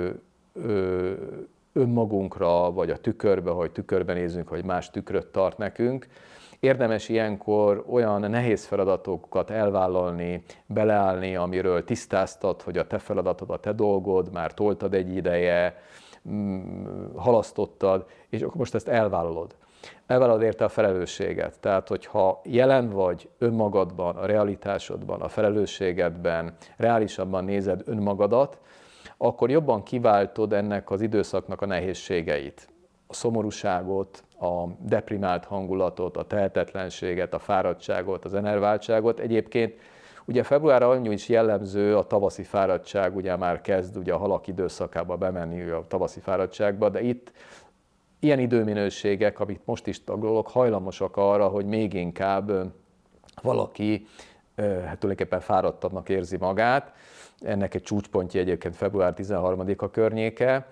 önmagunkra, vagy a tükörbe, hogy tükörben nézünk, hogy más tükröt tart nekünk. Érdemes ilyenkor olyan nehéz feladatokat elvállalni, beleállni, amiről tisztáztad, hogy a te feladatod, a te dolgod, már toltad egy ideje, halasztottad, és akkor most ezt elvállalod. Elvállalod érte a felelősséget. Tehát, hogyha jelen vagy önmagadban, a realitásodban, a felelősségedben, reálisabban nézed önmagadat, akkor jobban kiváltod ennek az időszaknak a nehézségeit. A szomorúságot, a deprimált hangulatot, a tehetetlenséget, a fáradtságot, az enerváltságot. Egyébként ugye februárra annyi is jellemző, a tavaszi fáradtság ugye már kezd ugye a halak időszakába bemenni a tavaszi fáradtságba, de itt ilyen időminőségek, amit most is tagolok, hajlamosak arra, hogy még inkább valaki tulajdonképpen fáradtabbnak érzi magát. Ennek egy csúcspontja egyébként február 13-a környéke.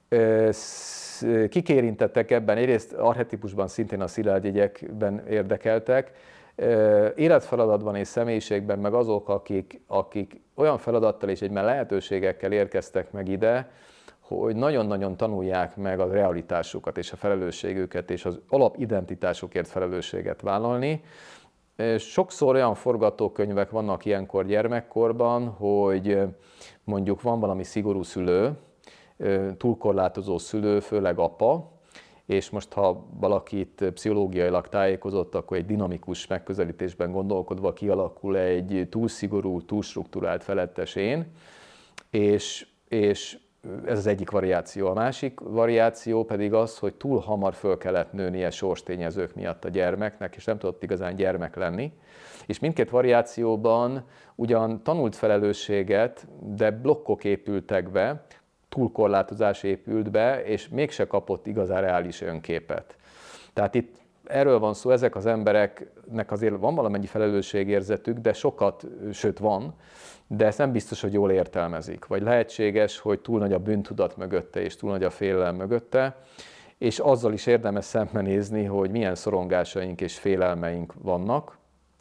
Kik érintettek ebben? Egyrészt archetípusban szintén a szilárd jegyekben érdekeltek. Életfeladatban és személyiségben meg azok, akik olyan feladattal és egyben lehetőségekkel érkeztek meg ide, hogy nagyon-nagyon tanulják meg a realitásukat és a felelősségüket és az alapidentitásukért felelősséget vállalni. Sokszor olyan forgatókönyvek vannak ilyenkor gyermekkorban, hogy mondjuk van valami szigorú szülő, túlkorlátozó szülő, főleg apa, és most ha valakit pszichológiailag tájékozott, akkor egy dinamikus megközelítésben gondolkodva kialakul egy túl szigorú, túl strukturált felettes én, és ez az egyik variáció. A másik variáció pedig az, hogy túl hamar föl kellett nőnie sorstényezők miatt a gyermeknek, és nem tudott igazán gyermek lenni. És mindkét variációban ugyan tanult felelősséget, de blokkok épültek be, túlkorlátozás épült be, és mégse kapott igazán reális önképet. Tehát itt erről van szó, ezek az embereknek azért van valamennyi felelősségérzetük, de sokat, sőt van, de ezt nem biztos, hogy jól értelmezik. Vagy lehetséges, hogy túl nagy a bűntudat mögötte, és túl nagy a félelem mögötte, és azzal is érdemes szembenézni, hogy milyen szorongásaink és félelmeink vannak.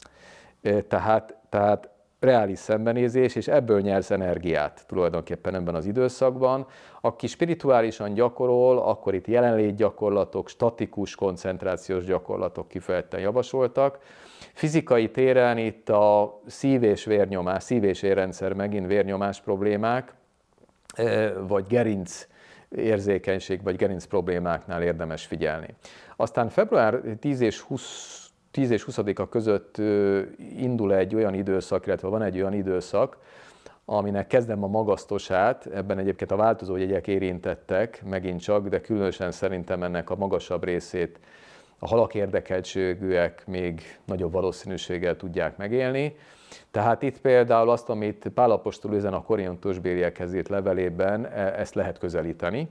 Tehát reális szembenézés, és ebből nyersz energiát tulajdonképpen ebben az időszakban. Aki spirituálisan gyakorol, akkor itt jelenlétgyakorlatok, statikus koncentrációs gyakorlatok kifejezetten javasoltak. Fizikai téren itt a szív- és vérnyomás, szív- és érrendszer megint vérnyomás problémák, vagy gerinc érzékenység, vagy gerinc problémáknál érdemes figyelni. Aztán február 10 és 20-a között indul egy olyan időszak, illetve van egy olyan időszak, aminek kezdem a magasztosát, ebben egyébként a változó jegyek érintettek megint csak, de különösen szerintem ennek a magasabb részét a halak érdekeltségűek még nagyobb valószínűséggel tudják megélni. Tehát itt például azt, amit Pál apostol üzen a korintusbéliekhez írt levelében, ezt lehet közelíteni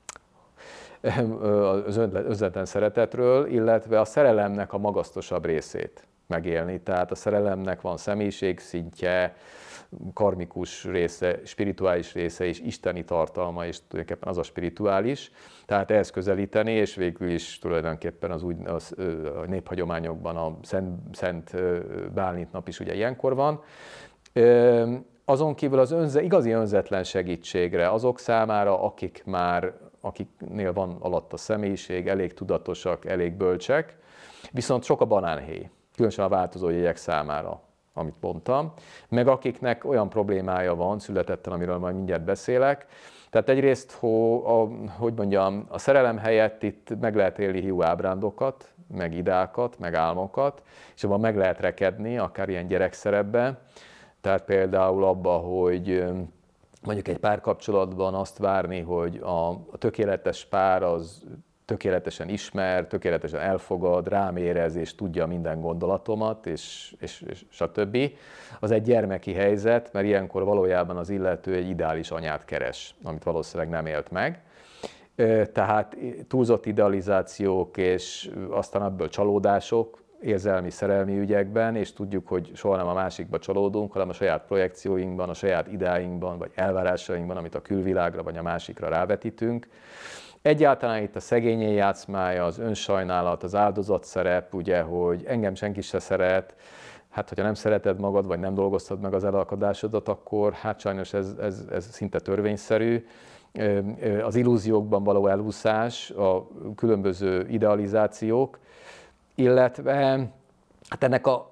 az önzetlen szeretetről, illetve a szerelemnek a magasztosabb részét megélni. Tehát a szerelemnek van személyiségszintje, karmikus része, spirituális része és isteni tartalma, és tulajdonképpen az a spirituális. Tehát ehhez közelíteni, és végül is tulajdonképpen a néphagyományokban a Szent Bálint nap is ugye ilyenkor van. Azon kívül az igazi önzetlen segítségre azok számára, akiknél van alatt a személyiség, elég tudatosak, elég bölcsek, viszont sok a banánhéj, különösen a változó jegyek számára, amit mondtam, meg akiknek olyan problémája van születetten, amiről majd mindjárt beszélek. Tehát egyrészt, a szerelem helyett itt meg lehet élni hiú ábrándokat, meg idákat, meg álmokat, és abban meg lehet rekedni, akár ilyen gyerekszerepbe. Tehát például abba, hogy mondjuk egy párkapcsolatban azt várni, hogy a tökéletes pár az tökéletesen ismer, tökéletesen elfogad, rám érez és tudja minden gondolatomat, és stb. Az egy gyermeki helyzet, mert ilyenkor valójában az illető egy ideális anyát keres, amit valószínűleg nem élt meg. Tehát túlzott idealizációk és aztán ebből csalódások, érzelmi, szerelmi ügyekben, és tudjuk, hogy soha nem a másikba csalódunk, hanem a saját projekcióinkban, a saját ideáinkban, vagy elvárásainkban, amit a külvilágra vagy a másikra rávetítünk. Egyáltalán itt a szegényé játszmája, az önsajnálat, az áldozatszerep, ugye, hogy engem senki se szeret, hát hogyha nem szereted magad, vagy nem dolgoztad meg az elakadásodat, akkor hát sajnos ez szinte törvényszerű. Az illúziókban való elúszás, a különböző idealizációk, illetve hát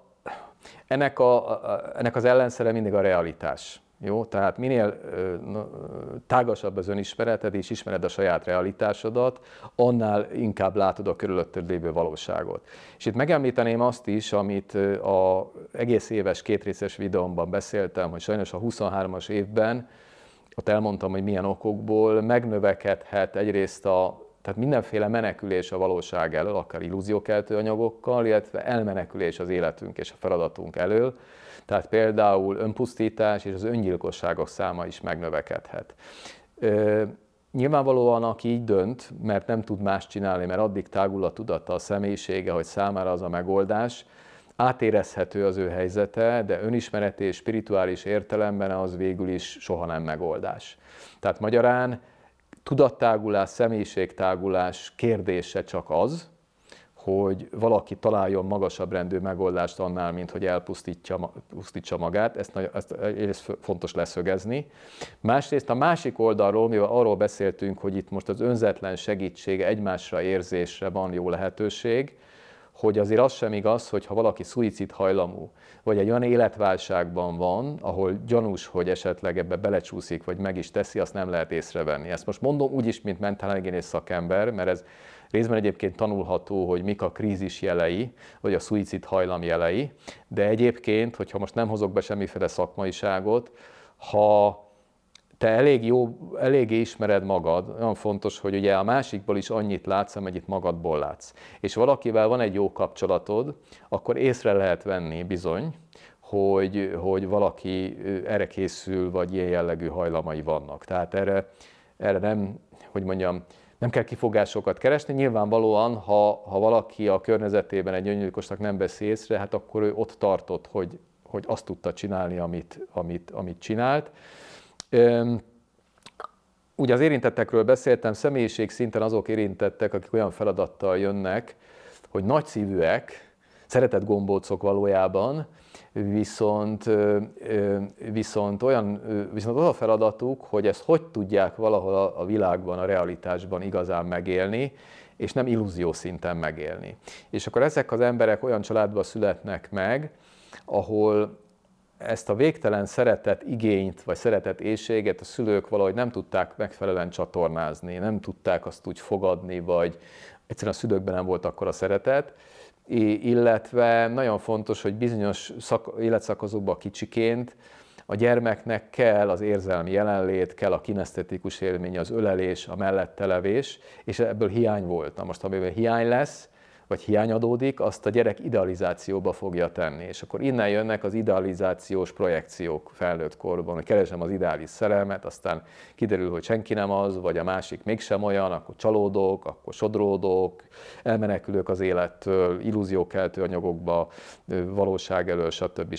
ennek az ellenszere mindig a realitás. Jó? Tehát minél tágasabb az önismereted és ismered a saját realitásodat, annál inkább látod a körülötted lévő valóságot. És itt megemlíteném azt is, amit az egész éves kétrészes videómban beszéltem, hogy sajnos a 23-as évben, ott elmondtam, hogy milyen okokból megnövekedhet egyrészt tehát mindenféle menekülés a valóság elől, akár illúziókeltő anyagokkal, illetve elmenekülés az életünk és a feladatunk elől. Tehát például önpusztítás és az öngyilkosságok száma is megnövekedhet. Nyilvánvalóan, aki így dönt, mert nem tud más csinálni, mert addig tágul a tudata, a személyisége, hogy számára az a megoldás, átérezhető az ő helyzete, de önismereti és spirituális értelemben az végül is soha nem megoldás. Tehát magyarán tudattágulás, személyiségtágulás kérdése csak az, hogy valaki találjon magasabb rendű megoldást annál, mint hogy elpusztítsa magát, ezt fontos leszögezni. Másrészt a másik oldalról, mivel arról beszéltünk, hogy itt most az önzetlen segítsége, egymásra érzésre van jó lehetőség, hogy azért az sem igaz, hogy ha valaki szuicidhajlamú, vagy egy olyan életválságban van, ahol gyanús, hogy esetleg ebbe belecsúszik, vagy meg is teszi, azt nem lehet észrevenni. Ezt most mondom úgyis, mint mentálhigiénész szakember, mert ez részben egyébként tanulható, hogy mik a krízis jelei, vagy a szuicidhajlam jelei, de egyébként, hogyha most nem hozok be semmiféle szakmaiságot, ha te eléggé ismered magad, nagyon fontos, hogy ugye a másikból is annyit látsz, amennyit magadból látsz. És valakivel van egy jó kapcsolatod, akkor észre lehet venni bizony, hogy valaki erre készül, vagy ilyen jellegű hajlamai vannak. Tehát erre nem, hogy mondjam, Nem kell kifogásokat keresni, nyilvánvalóan, ha valaki a környezetében egy öngyilkosnak nem veszi észre, hát akkor ő ott tartott, hogy azt tudta csinálni, amit csinált. Ugye az érintettekről beszéltem, személyiség szinten azok érintettek, akik olyan feladattal jönnek, hogy nagyszívűek, szeretett gombócok valójában, viszont az a feladatuk, hogy ezt hogy tudják valahol a világban, a realitásban igazán megélni, és nem illúzió szinten megélni. És akkor ezek az emberek olyan családban születnek meg, ahol ezt a végtelen szeretet igényt, vagy szeretet éhséget a szülők valahogy nem tudták megfelelően csatornázni, nem tudták azt úgy fogadni, vagy egyszerűen a szülőkben nem volt akkora szeretet, illetve nagyon fontos, hogy bizonyos életszakaszokban kicsiként a gyermeknek kell az érzelmi jelenlét, kell a kinesztetikus élmény, az ölelés, a mellettelevés, és ebből hiány volt. Na most, amiben hiány lesz, vagy hiány adódik, azt a gyerek idealizációba fogja tenni. És akkor innen jönnek az idealizációs projekciók felnőtt korban, hogy keresem az ideális szerelmet, aztán kiderül, hogy senki nem az, vagy a másik mégsem olyan, akkor csalódok, akkor sodródok, elmenekülök az élettől, illúziókeltő anyagokba, valóság elől,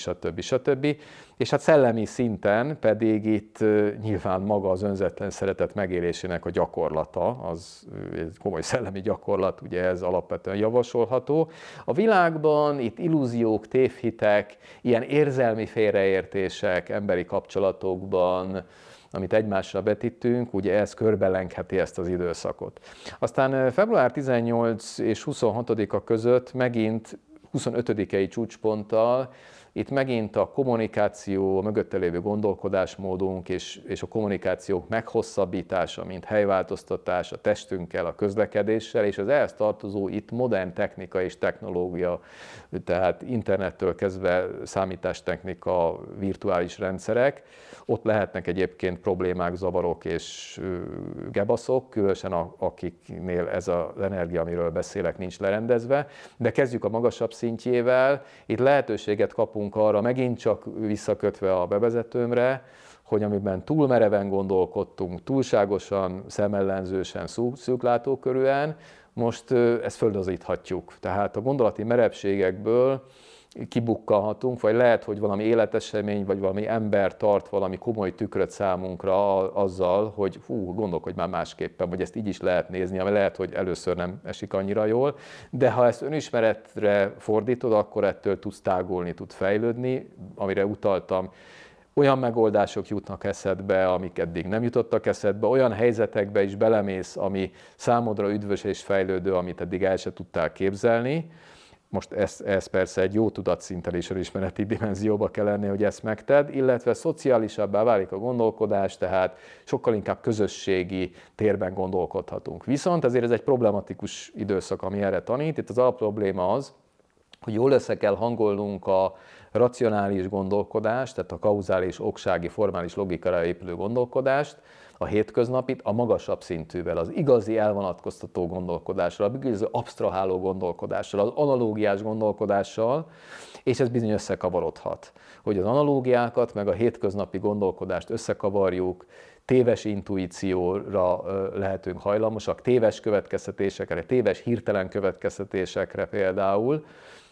stb. És hát szellemi szinten pedig itt nyilván maga az önzetlen szeretet megélésének a gyakorlata, az egy komoly szellemi gyakorlat, ugye ez alapvetően javasolható. A világban itt illúziók, tévhitek, ilyen érzelmi félreértések emberi kapcsolatokban, amit egymásra betítünk, ugye ez körbelengheti ezt az időszakot. Aztán február 18 és 26-a között megint 25-i csúcsponttal, itt megint a kommunikáció, a mögötte lévő gondolkodásmódunk és a kommunikációk meghosszabbítása, mint helyváltoztatás a testünkkel, a közlekedéssel, és az ehhez tartozó itt modern technika és technológia, tehát internettől kezdve számítástechnika, virtuális rendszerek, ott lehetnek egyébként problémák, zavarok és gebaszok, különösen akiknél ez az energia, amiről beszélek, nincs lerendezve, de kezdjük a magasabb szintjével, itt lehetőséget kapunk arra, megint csak visszakötve a bevezetőmre, hogy amiben túl mereven gondolkodtunk, túlságosan szemellenzősen, szűklátókörűen, most ezt földazíthatjuk. Tehát a gondolati merevségekből kibukkanhatunk, vagy lehet, hogy valami életesemény, vagy valami ember tart valami komoly tükröt számunkra azzal, hogy gondolkodj már másképpen, vagy ezt így is lehet nézni, ami lehet, hogy először nem esik annyira jól, de ha ezt önismeretre fordítod, akkor ettől tudsz tágulni, tudsz fejlődni, amire utaltam. Olyan megoldások jutnak eszedbe, amik eddig nem jutottak eszedbe, olyan helyzetekbe is belemész, ami számodra üdvös és fejlődő, amit eddig el se tudtál képzelni. Most ez persze egy jó tudatszinten és önismereti dimenzióba kell lenni, hogy ezt megted, illetve szociálisabbá válik a gondolkodás, tehát sokkal inkább közösségi térben gondolkodhatunk. Viszont ezért ez egy problematikus időszak, ami erre tanít. Itt az alapprobléma az, hogy jól össze kell hangolnunk a racionális gondolkodást, tehát a kauzális, oksági, formális logikára épülő gondolkodást, a hétköznapit a magasabb szintűvel, az igazi elvonatkoztató gondolkodással, az igazi absztraháló gondolkodással, az analógiás gondolkodással, és ez bizony összekavarodhat. Hogy az analógiákat meg a hétköznapi gondolkodást összekavarjuk, téves intuícióra lehetünk hajlamosak, téves következtetésekre, téves hirtelen következtetésekre például,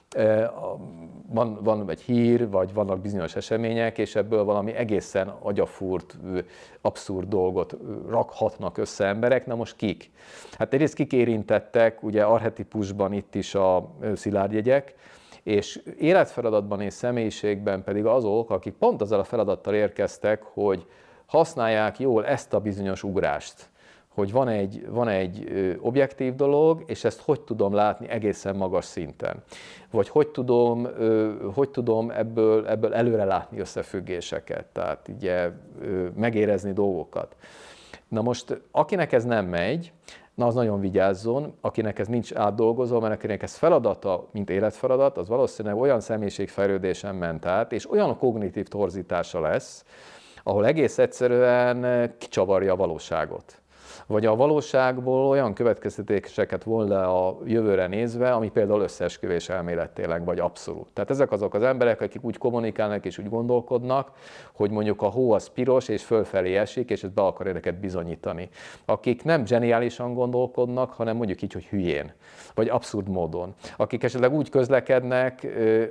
van egy hír, vagy vannak bizonyos események, és ebből valami egészen agyafúrt, abszurd dolgot rakhatnak össze emberek. Na most kik? Hát egyrészt kik érintettek, ugye archetipusban itt is a szilárdjegyek, és életfeladatban és személyiségben pedig azok, akik pont azzal a feladattal érkeztek, hogy használják jól ezt a bizonyos ugrást. Hogy van egy objektív dolog, és ezt hogy tudom látni egészen magas szinten. Vagy hogy tudom ebből előre látni összefüggéseket, tehát ugye megérezni dolgokat. Na most, akinek ez nem megy, na az nagyon vigyázzon, akinek ez nincs átdolgozva, mert akinek ez feladata, mint életfeladat, az valószínűleg olyan személyiségfejlődésen ment át, és olyan kognitív torzítása lesz, ahol egész egyszerűen kicsavarja a valóságot. vagy a valóságból olyan következtetéseket von le a jövőre nézve, ami például összeesküvés elmélet tényleg, vagy abszolút. Tehát ezek azok az emberek, akik úgy kommunikálnak és úgy gondolkodnak, hogy mondjuk a hó az piros és fölfelé esik, és ezt be akar neked bizonyítani. Akik nem zseniálisan gondolkodnak, hanem mondjuk így, hogy hülyén, vagy abszurd módon. Akik esetleg úgy közlekednek,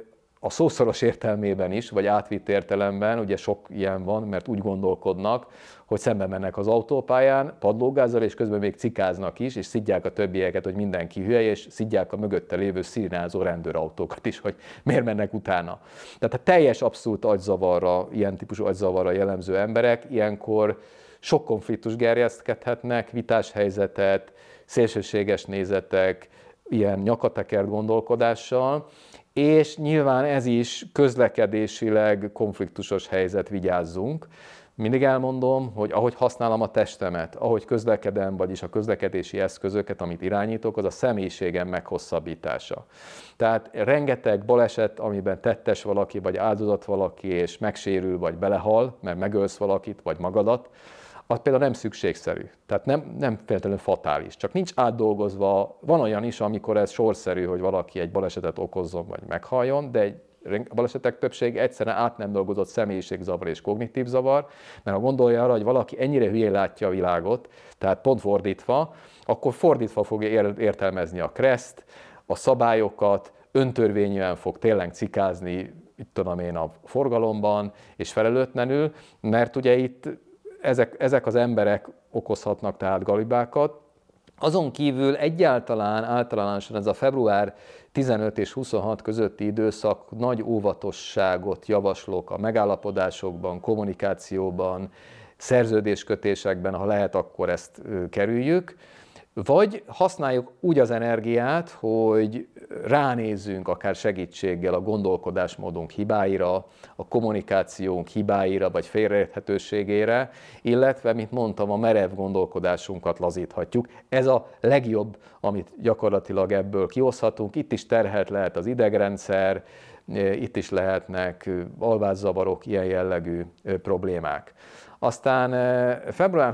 a szószoros értelmében is, vagy átvitt értelemben, ugye sok ilyen van, mert úgy gondolkodnak, hogy szembe mennek az autópályán, padlógázzal, és közben még cikáznak is, és szidják a többieket, hogy mindenki hülye, és szidják a mögötte lévő szirénázó rendőrautókat is, hogy miért mennek utána. Tehát a teljes abszolút agyzavarra, ilyen típusú agyzavarra jellemző emberek ilyenkor sok konfliktus gerjeszthetnek, vitás helyzetet, szélsőséges nézetek, ilyen nyakatekert gondolkodással, és nyilván ez is közlekedésileg konfliktusos helyzet, vigyázzunk. Mindig elmondom, hogy ahogy használom a testemet, ahogy közlekedem, vagyis a közlekedési eszközöket, amit irányítok, az a személyiségem meghosszabbítása. Tehát rengeteg baleset, amiben tettes valaki, vagy áldozat valaki, és megsérül, vagy belehal, mert megölsz valakit, vagy magadat, az például nem szükségszerű, tehát nem feltétlenül fatális, csak nincs átdolgozva. Van olyan is, amikor ez sorszerű, hogy valaki egy balesetet okozzon, vagy meghaljon, de a balesetek többsége egyszerűen át nem dolgozott személyiségzavar és kognitív zavar, mert ha gondolja arra, hogy valaki ennyire hülyén látja a világot, tehát pont fordítva, akkor fordítva fogja értelmezni a kreszt, a szabályokat, öntörvényűen fog tényleg cikázni, itt tudom én, a forgalomban, és felelőtlenül, mert ugye itt ezek az emberek okozhatnak tehát galibákat. Azon kívül általánosan ez a február 15 és 26 közötti időszak nagy óvatosságot javaslok a megállapodásokban, kommunikációban, szerződéskötésekben, ha lehet, akkor ezt kerüljük. Vagy használjuk úgy az energiát, hogy ránézzünk akár segítséggel a gondolkodásmódunk hibáira, a kommunikációnk hibáira vagy félreérthetőségére, illetve, mint mondtam, a merev gondolkodásunkat lazíthatjuk. Ez a legjobb, amit gyakorlatilag ebből kihozhatunk. Itt is terhelt lehet az idegrendszer, itt is lehetnek alvászavarok, ilyen jellegű problémák. Aztán február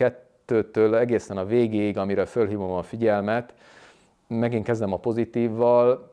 22-től egészen a végéig, amire fölhívom a figyelmet, megint kezdem a pozitívval.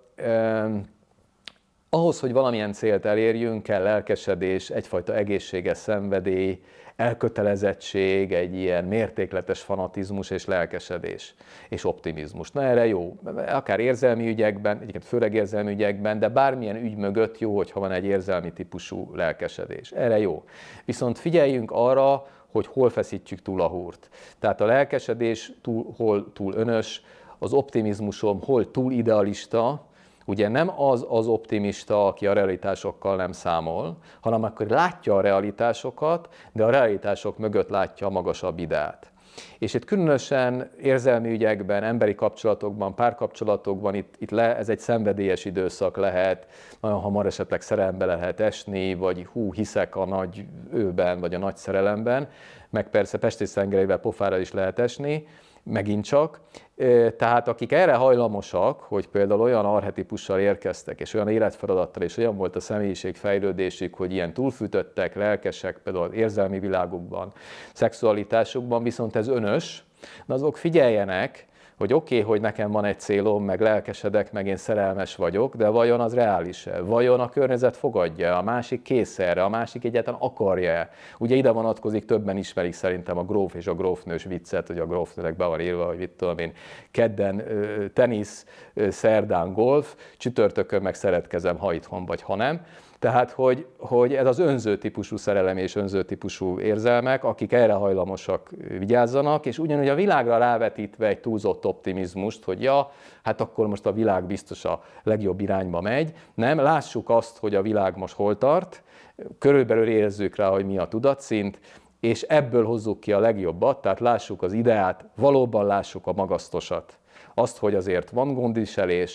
Ahhoz, hogy valamilyen célt elérjünk, kell lelkesedés, egyfajta egészséges szenvedély, elkötelezettség, egy ilyen mértékletes fanatizmus és lelkesedés és optimizmus. Na erre jó, akár érzelmi ügyekben, egyébként főleg érzelmi ügyekben, de bármilyen ügy mögött jó, hogyha van egy érzelmi típusú lelkesedés. Erre jó. Viszont figyeljünk arra, hogy hol feszítjük túl a húrt. Tehát a lelkesedés hol túl önös, az optimizmusom hol túl idealista, ugye nem az optimista, aki a realitásokkal nem számol, hanem akkor látja a realitásokat, de a realitások mögött látja a magasabb ideát. És itt különösen érzelmi ügyekben, emberi kapcsolatokban, párkapcsolatokban ez egy szenvedélyes időszak lehet, nagyon hamar esetleg szerelembe lehet esni, vagy hiszek a nagy őben, vagy a nagy szerelemben, meg persze pestésztengerével pofára is lehet esni, megint csak. Tehát akik erre hajlamosak, hogy például olyan archetipussal érkeztek, és olyan életfeladattal, és olyan volt a személyiségfejlődésük, hogy ilyen túlfűtöttek, lelkesek, például az érzelmi világukban, szexualitásukban, viszont ez önös, de azok figyeljenek, hogy oké, hogy nekem van egy célom, meg lelkesedek, meg én szerelmes vagyok, de vajon az reális-e? Vajon a környezet fogadja? A másik kész erre? A másik egyáltalán akarja-e? Ugye ide vonatkozik, többen ismerik szerintem a gróf és a grófnős viccet, hogy a grófnőnek be van írva, hogy mit tudom én, kedden tenisz, szerdán golf, csütörtökön meg szeretkezem, ha itthon vagy, ha nem. Tehát, hogy ez az önző típusú szerelem és önző típusú érzelmek, akik erre hajlamosak, vigyázzanak, és ugyanúgy a világra rávetítve egy túlzott optimizmust, hogy hát akkor most a világ biztos a legjobb irányba megy. Nem, lássuk azt, hogy a világ most hol tart, körülbelül érezzük rá, hogy mi a tudatszint, és ebből hozzuk ki a legjobbat, tehát lássuk az ideát, valóban lássuk a magasztosat. Azt, hogy azért van gondviselés,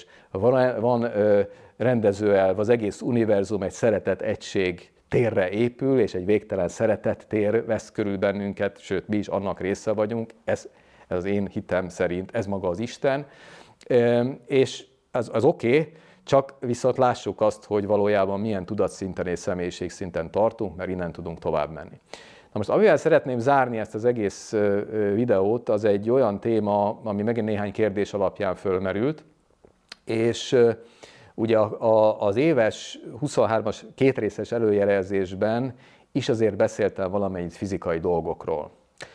van rendezőelv, az egész univerzum egy szeretet egység térre épül, és egy végtelen szeretet tér vesz körül bennünket, sőt, mi is annak része vagyunk, ez az én hitem szerint, ez maga az Isten, és az oké, csak viszont lássuk azt, hogy valójában milyen tudatszinten és személyiségszinten tartunk, mert innen tudunk tovább menni. Na most, amivel szeretném zárni ezt az egész videót, az egy olyan téma, ami megint néhány kérdés alapján fölmerült, és ugye az éves 23-as kétrészes előjelezésben is azért beszéltem valamelyik fizikai dolgokról,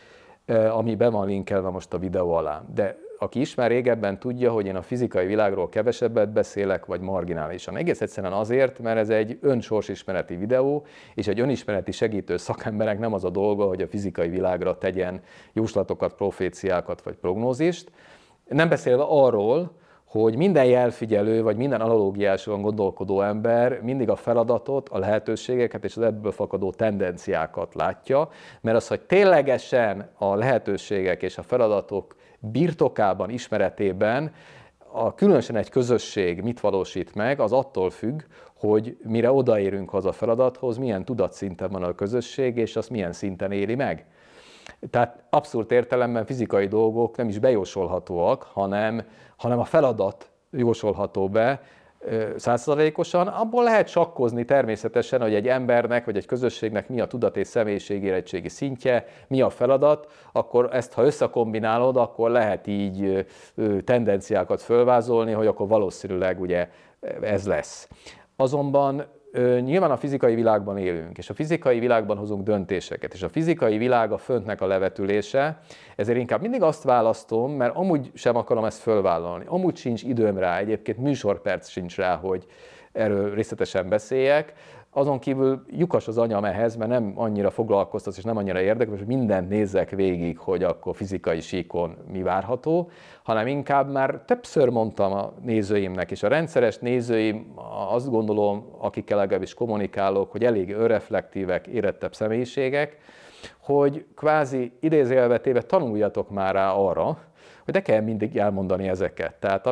ami be van linkelve most a videó alá. De aki ismer régebben tudja, hogy én a fizikai világról kevesebbet beszélek, vagy marginálisan. Egész egyszerűen azért, mert ez egy önsorsismereti videó, és egy önismereti segítő szakemberek nem az a dolga, hogy a fizikai világra tegyen jóslatokat, proféciákat, vagy prognózist. Nem beszélve arról, hogy minden jelfigyelő, vagy minden analógiásan gondolkodó ember mindig a feladatot, a lehetőségeket és az ebből fakadó tendenciákat látja, mert az, hogy ténylegesen a lehetőségek és a feladatok birtokában, ismeretében különösen egy közösség mit valósít meg, az attól függ, hogy mire odaérünk az a feladathoz, milyen tudatszinten van a közösség, és azt milyen szinten éli meg. Tehát abszolút értelemben fizikai dolgok nem is bejósolhatóak, hanem a feladat jósolható be 100%-osan. Abból lehet sakkozni természetesen, hogy egy embernek vagy egy közösségnek mi a tudat és személyiségérettségi szintje, mi a feladat, akkor ezt, ha összekombinálod, akkor lehet így tendenciákat fölvázolni, hogy akkor valószínűleg ugye ez lesz. Azonban nyilván a fizikai világban élünk, és a fizikai világban hozunk döntéseket, és a fizikai világ a föntnek a levetülése, ezért inkább mindig azt választom, mert amúgy sem akarom ezt fölvállalni, amúgy sincs időm rá, egyébként műsorperc sincs rá, hogy erről részletesen beszéljek. Azon kívül lyukas az agyam ehhez, mert nem annyira foglalkoztat, és nem annyira érdekes, hogy mindent nézzek végig, hogy akkor fizikai síkon mi várható, hanem inkább már többször mondtam a nézőimnek, és a rendszeres nézőim, azt gondolom, akikkel legalábbis kommunikálok, hogy elég önreflektívek, érettebb személyiségek, hogy kvázi idézőjelbe téve tanuljatok már rá arra, hogy ne kell mindig elmondani ezeket. Tehát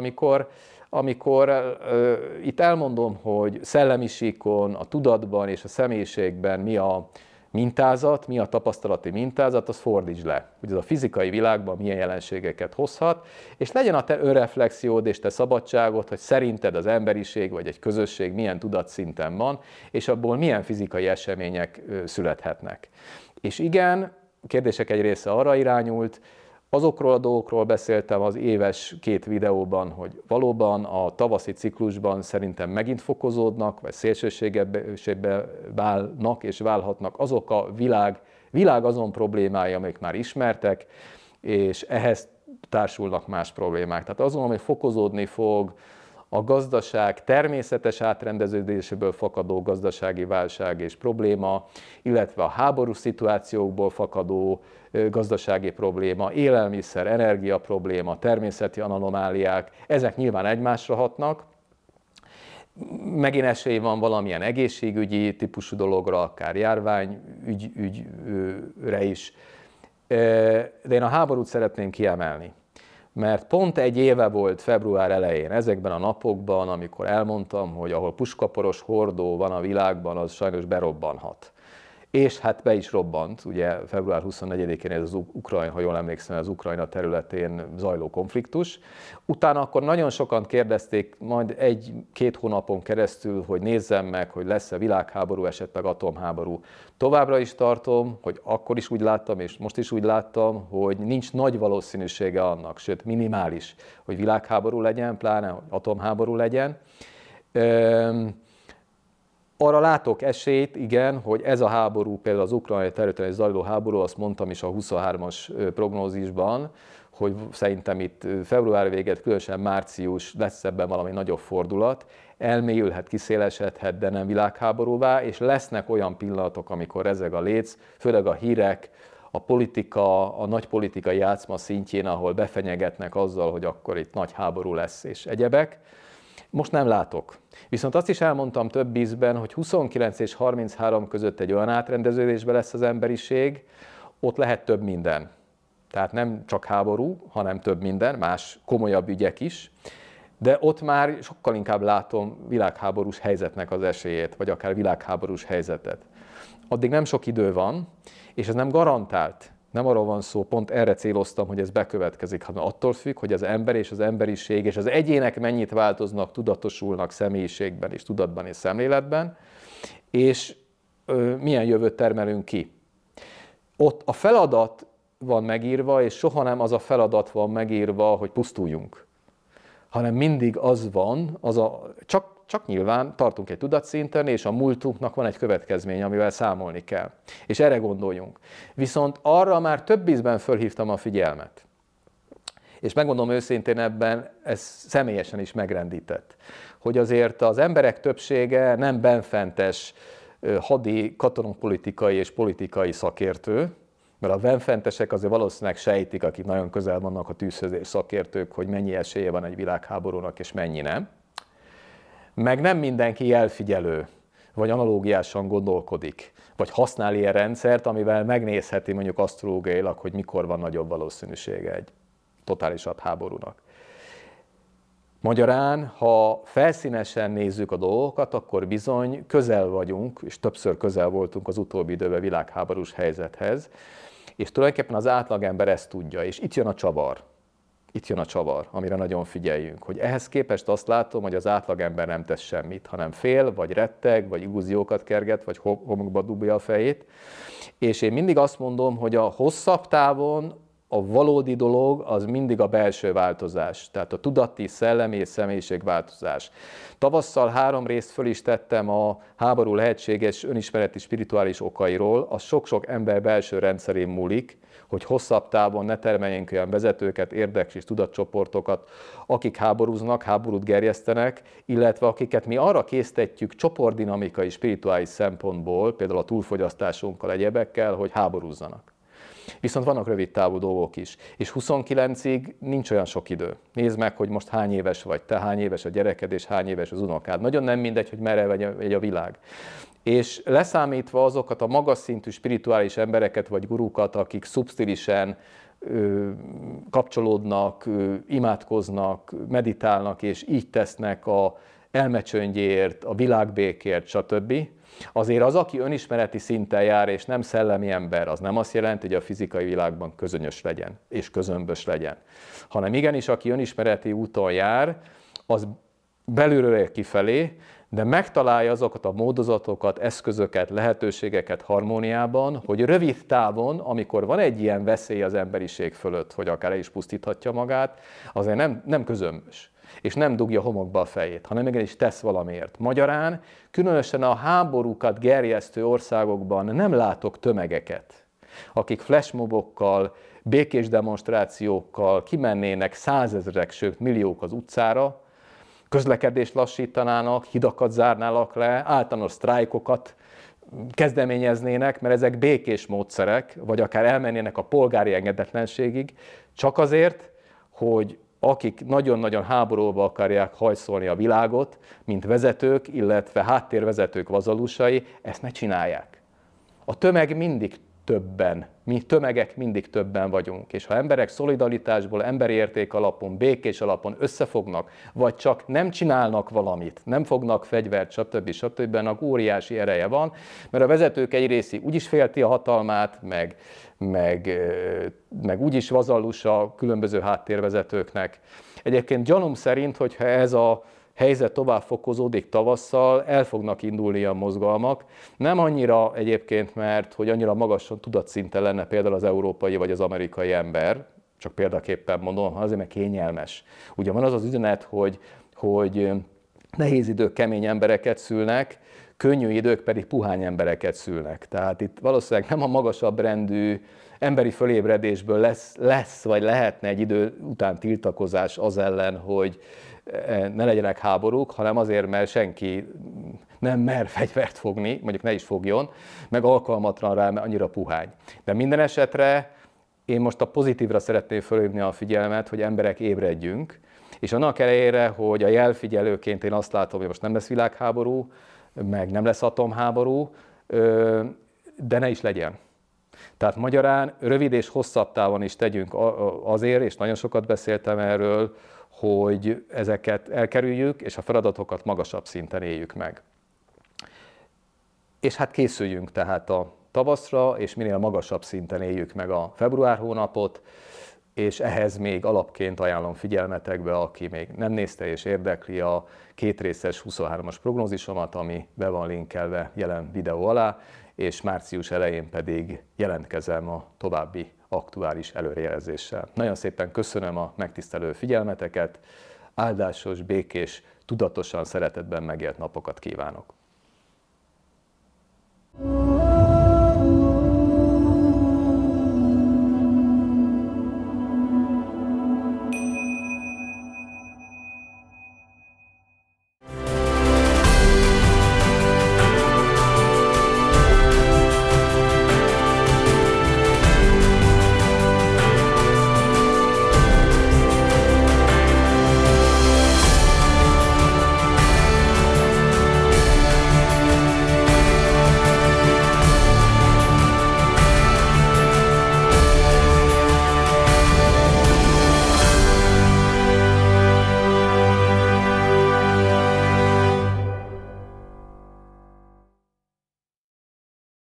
amikor itt elmondom, hogy szellemi síkon, a tudatban és a személyiségben mi a mintázat, mi a tapasztalati mintázat, az fordítsd le. Hogy ez a fizikai világban milyen jelenségeket hozhat, és legyen a te önreflexiód és te szabadságod, hogy szerinted az emberiség vagy egy közösség milyen tudatszinten van, és abból milyen fizikai események születhetnek. És igen, a kérdések egy része arra irányult, azokról a dolgokról beszéltem az éves 2 videóban, hogy valóban a tavaszi ciklusban szerintem megint fokozódnak, vagy szélsőségebbé válnak és válhatnak azok a világ azon problémái, amik már ismertek, és ehhez társulnak más problémák. Tehát azon, hogy fokozódni fog a gazdaság természetes átrendeződéséből fakadó gazdasági válság és probléma, illetve a háborús szituációkból fakadó gazdasági probléma, élelmiszer, energia probléma, természeti anomáliák, ezek nyilván egymásra hatnak. Megint esély van valamilyen egészségügyi típusú dologra, akár járványügyre is. De én a háborút szeretném kiemelni. Mert pont egy éve volt február elején, ezekben a napokban, amikor elmondtam, hogy ahol puskaporos hordó van a világban, az sajnos berobbanhat. És hát be is robbant, ugye február 24-én ez az Ukrajna, ha jól emlékszem, az Ukrajna területén zajló konfliktus. Utána akkor nagyon sokan kérdezték, majd 1-2 hónapon keresztül, hogy nézzem meg, hogy lesz-e világháború, esetleg atomháború. Továbbra is tartom, hogy akkor is úgy láttam, és most is úgy láttam, hogy nincs nagy valószínűsége annak, sőt minimális, hogy világháború legyen, pláne hogy atomháború legyen. Arra látok esélyt, igen, hogy ez a háború, például az ukrajnai területen zajló háború, azt mondtam is a 23-as prognózisban, hogy szerintem itt február véget, különösen március lesz ebben valami nagyobb fordulat, elmélyülhet, kiszélesedhet, de nem világháborúvá, és lesznek olyan pillanatok, amikor rezeg a léc, főleg a hírek, a politika, a nagy politikai játszma szintjén, ahol befenyegetnek azzal, hogy akkor itt nagy háború lesz és egyebek. Most nem látok. Viszont azt is elmondtam több ízben, hogy 29 és 33 között egy olyan átrendeződésben lesz az emberiség, ott lehet több minden. Tehát nem csak háború, hanem több minden, más komolyabb ügyek is, de ott már sokkal inkább látom világháborús helyzetnek az esélyét, vagy akár világháborús helyzetet. Addig nem sok idő van, és ez nem garantált. Nem arról van szó, pont erre céloztam, hogy ez bekövetkezik, hanem attól függ, hogy az ember és az emberiség és az egyének mennyit változnak, tudatosulnak személyiségben és tudatban és szemléletben, és milyen jövőt termelünk ki. ott a feladat van megírva, és soha nem az a feladat van megírva, hogy pusztuljunk, hanem mindig az van, csak nyilván tartunk egy tudatszinten, és a múltunknak van egy következménye, amivel számolni kell. És erre gondoljunk. Viszont arra már több ízben fölhívtam a figyelmet. És megmondom őszintén, ebben ez személyesen is megrendített, hogy azért az emberek többsége nem benfentes hadi, katonapolitikai és politikai szakértő, mert a benfentesek azért valószínűleg sejtik, akik nagyon közel vannak a tűzhöz és szakértők, hogy mennyi esélye van egy világháborúnak és mennyi nem. Meg nem mindenki jelfigyelő, vagy analógiásan gondolkodik, vagy használ ilyen rendszert, amivel megnézheti mondjuk asztrológiailag, hogy mikor van nagyobb valószínűsége egy totálisabb háborúnak. Magyarán, ha felszínesen nézzük a dolgokat, akkor bizony közel vagyunk, és többször közel voltunk az utóbbi időben világháborús helyzethez, és tulajdonképpen az átlagember ezt tudja, és itt jön a csavar. Itt jön a csavar, amire nagyon figyeljünk, hogy ehhez képest azt látom, hogy az átlagember nem tesz semmit, hanem fél, vagy retteg, vagy illúziókat kerget, vagy homokba dugja a fejét. És én mindig azt mondom, hogy a hosszabb távon a valódi dolog az mindig a belső változás, tehát a tudati, szellemi és személyiségváltozás. Tavasszal 3 részt föl is tettem a háború lehetséges önismereti spirituális okairól, az sok-sok ember belső rendszerén múlik, hogy hosszabb távon ne termeljünk olyan vezetőket, érdekes és tudatcsoportokat, akik háborúznak, háborút gerjesztenek, illetve akiket mi arra késztetjük csoportdinamikai, spirituális szempontból, például a túlfogyasztásunkkal, egyebekkel, hogy háborúzzanak. Viszont vannak rövid távú dolgok is, és 29-ig nincs olyan sok idő. Nézd meg, hogy most hány éves vagy te, hány éves a gyereked, és hány éves az unokád. Nagyon nem mindegy, hogy merre megy a világ. És leszámítva azokat a magas szintű spirituális embereket vagy gurukat, akik szubsztilisen kapcsolódnak, imádkoznak, meditálnak, és így tesznek a elmecsöndjéért, a világbékért, stb., azért az, aki önismereti szinten jár, és nem szellemi ember, az nem azt jelenti, hogy a fizikai világban közönyös legyen, és közömbös legyen. Hanem igenis, aki önismereti úton jár, az belülről ér kifelé, de megtalálja azokat a módozatokat, eszközöket, lehetőségeket harmóniában, hogy rövid távon, amikor van egy ilyen veszély az emberiség fölött, hogy akár el is pusztíthatja magát, azért nem közömbös. És nem dugja homokba a fejét, hanem igenis tesz valamiért. Magyarán, különösen a háborúkat gerjesztő országokban nem látok tömegeket, akik flashmobokkal, békés demonstrációkkal kimennének 100 000, sőt milliók az utcára, közlekedést lassítanának, hidakat zárnának le, általános sztrájkokat kezdeményeznének, mert ezek békés módszerek, vagy akár elmennének a polgári engedetlenségig, csak azért, hogy akik nagyon-nagyon háborúba akarják hajszolni a világot, mint vezetők, illetve háttérvezetők vazalusai, ezt ne csinálják. A tömeg mindig többen, mi tömegek mindig többen vagyunk, és ha emberek szolidaritásból, emberi érték alapon, békés alapon összefognak, vagy csak nem csinálnak valamit, nem fognak fegyvert, stb. Annak óriási ereje van, mert a vezetők egy részi úgyis félti a hatalmát, meg úgyis vazallus a különböző háttérvezetőknek. Egyébként gyanúm szerint, hogyha ez a helyzet tovább fokozódik tavasszal, el fognak indulni a mozgalmak. Nem annyira egyébként, mert hogy annyira magasan tudatszinten lenne például az európai vagy az amerikai ember, csak példaképpen mondom, hanem azért, mert kényelmes. Ugye van az az üzenet, hogy nehéz idők kemény embereket szülnek, könnyű idők pedig puhány embereket szülnek. Tehát itt valószínűleg nem a magasabb rendű emberi fölébredésből lesz vagy lehetne egy idő után tiltakozás az ellen, hogy ne legyenek háborúk, hanem azért, mert senki nem mer fegyvert fogni, mondjuk ne is fogjon, meg alkalmatlan rá, mert annyira puhány. De minden esetre én most a pozitívra szeretném fölhívni a figyelmet, hogy emberek ébredjünk, és annak ellenére, hogy a jelfigyelőként én azt látom, hogy most nem lesz világháború, meg nem lesz atomháború, de ne is legyen. Tehát magyarán rövid és hosszabb távon is tegyünk azért, és nagyon sokat beszéltem erről, hogy ezeket elkerüljük, és a feladatokat magasabb szinten éljük meg. És hát készüljünk tehát a tavaszra, és minél magasabb szinten éljük meg a február hónapot, és ehhez még alapként ajánlom figyelmetekbe, aki még nem nézte és érdekli a 2 részes 23-as prognózisomat, ami be van linkelve jelen videó alá, és március elején pedig jelentkezem a további aktuális előrejelzéssel. Nagyon szépen köszönöm a megtisztelő figyelmeteket, áldásos, békés, tudatosan, szeretetben megélt napokat kívánok!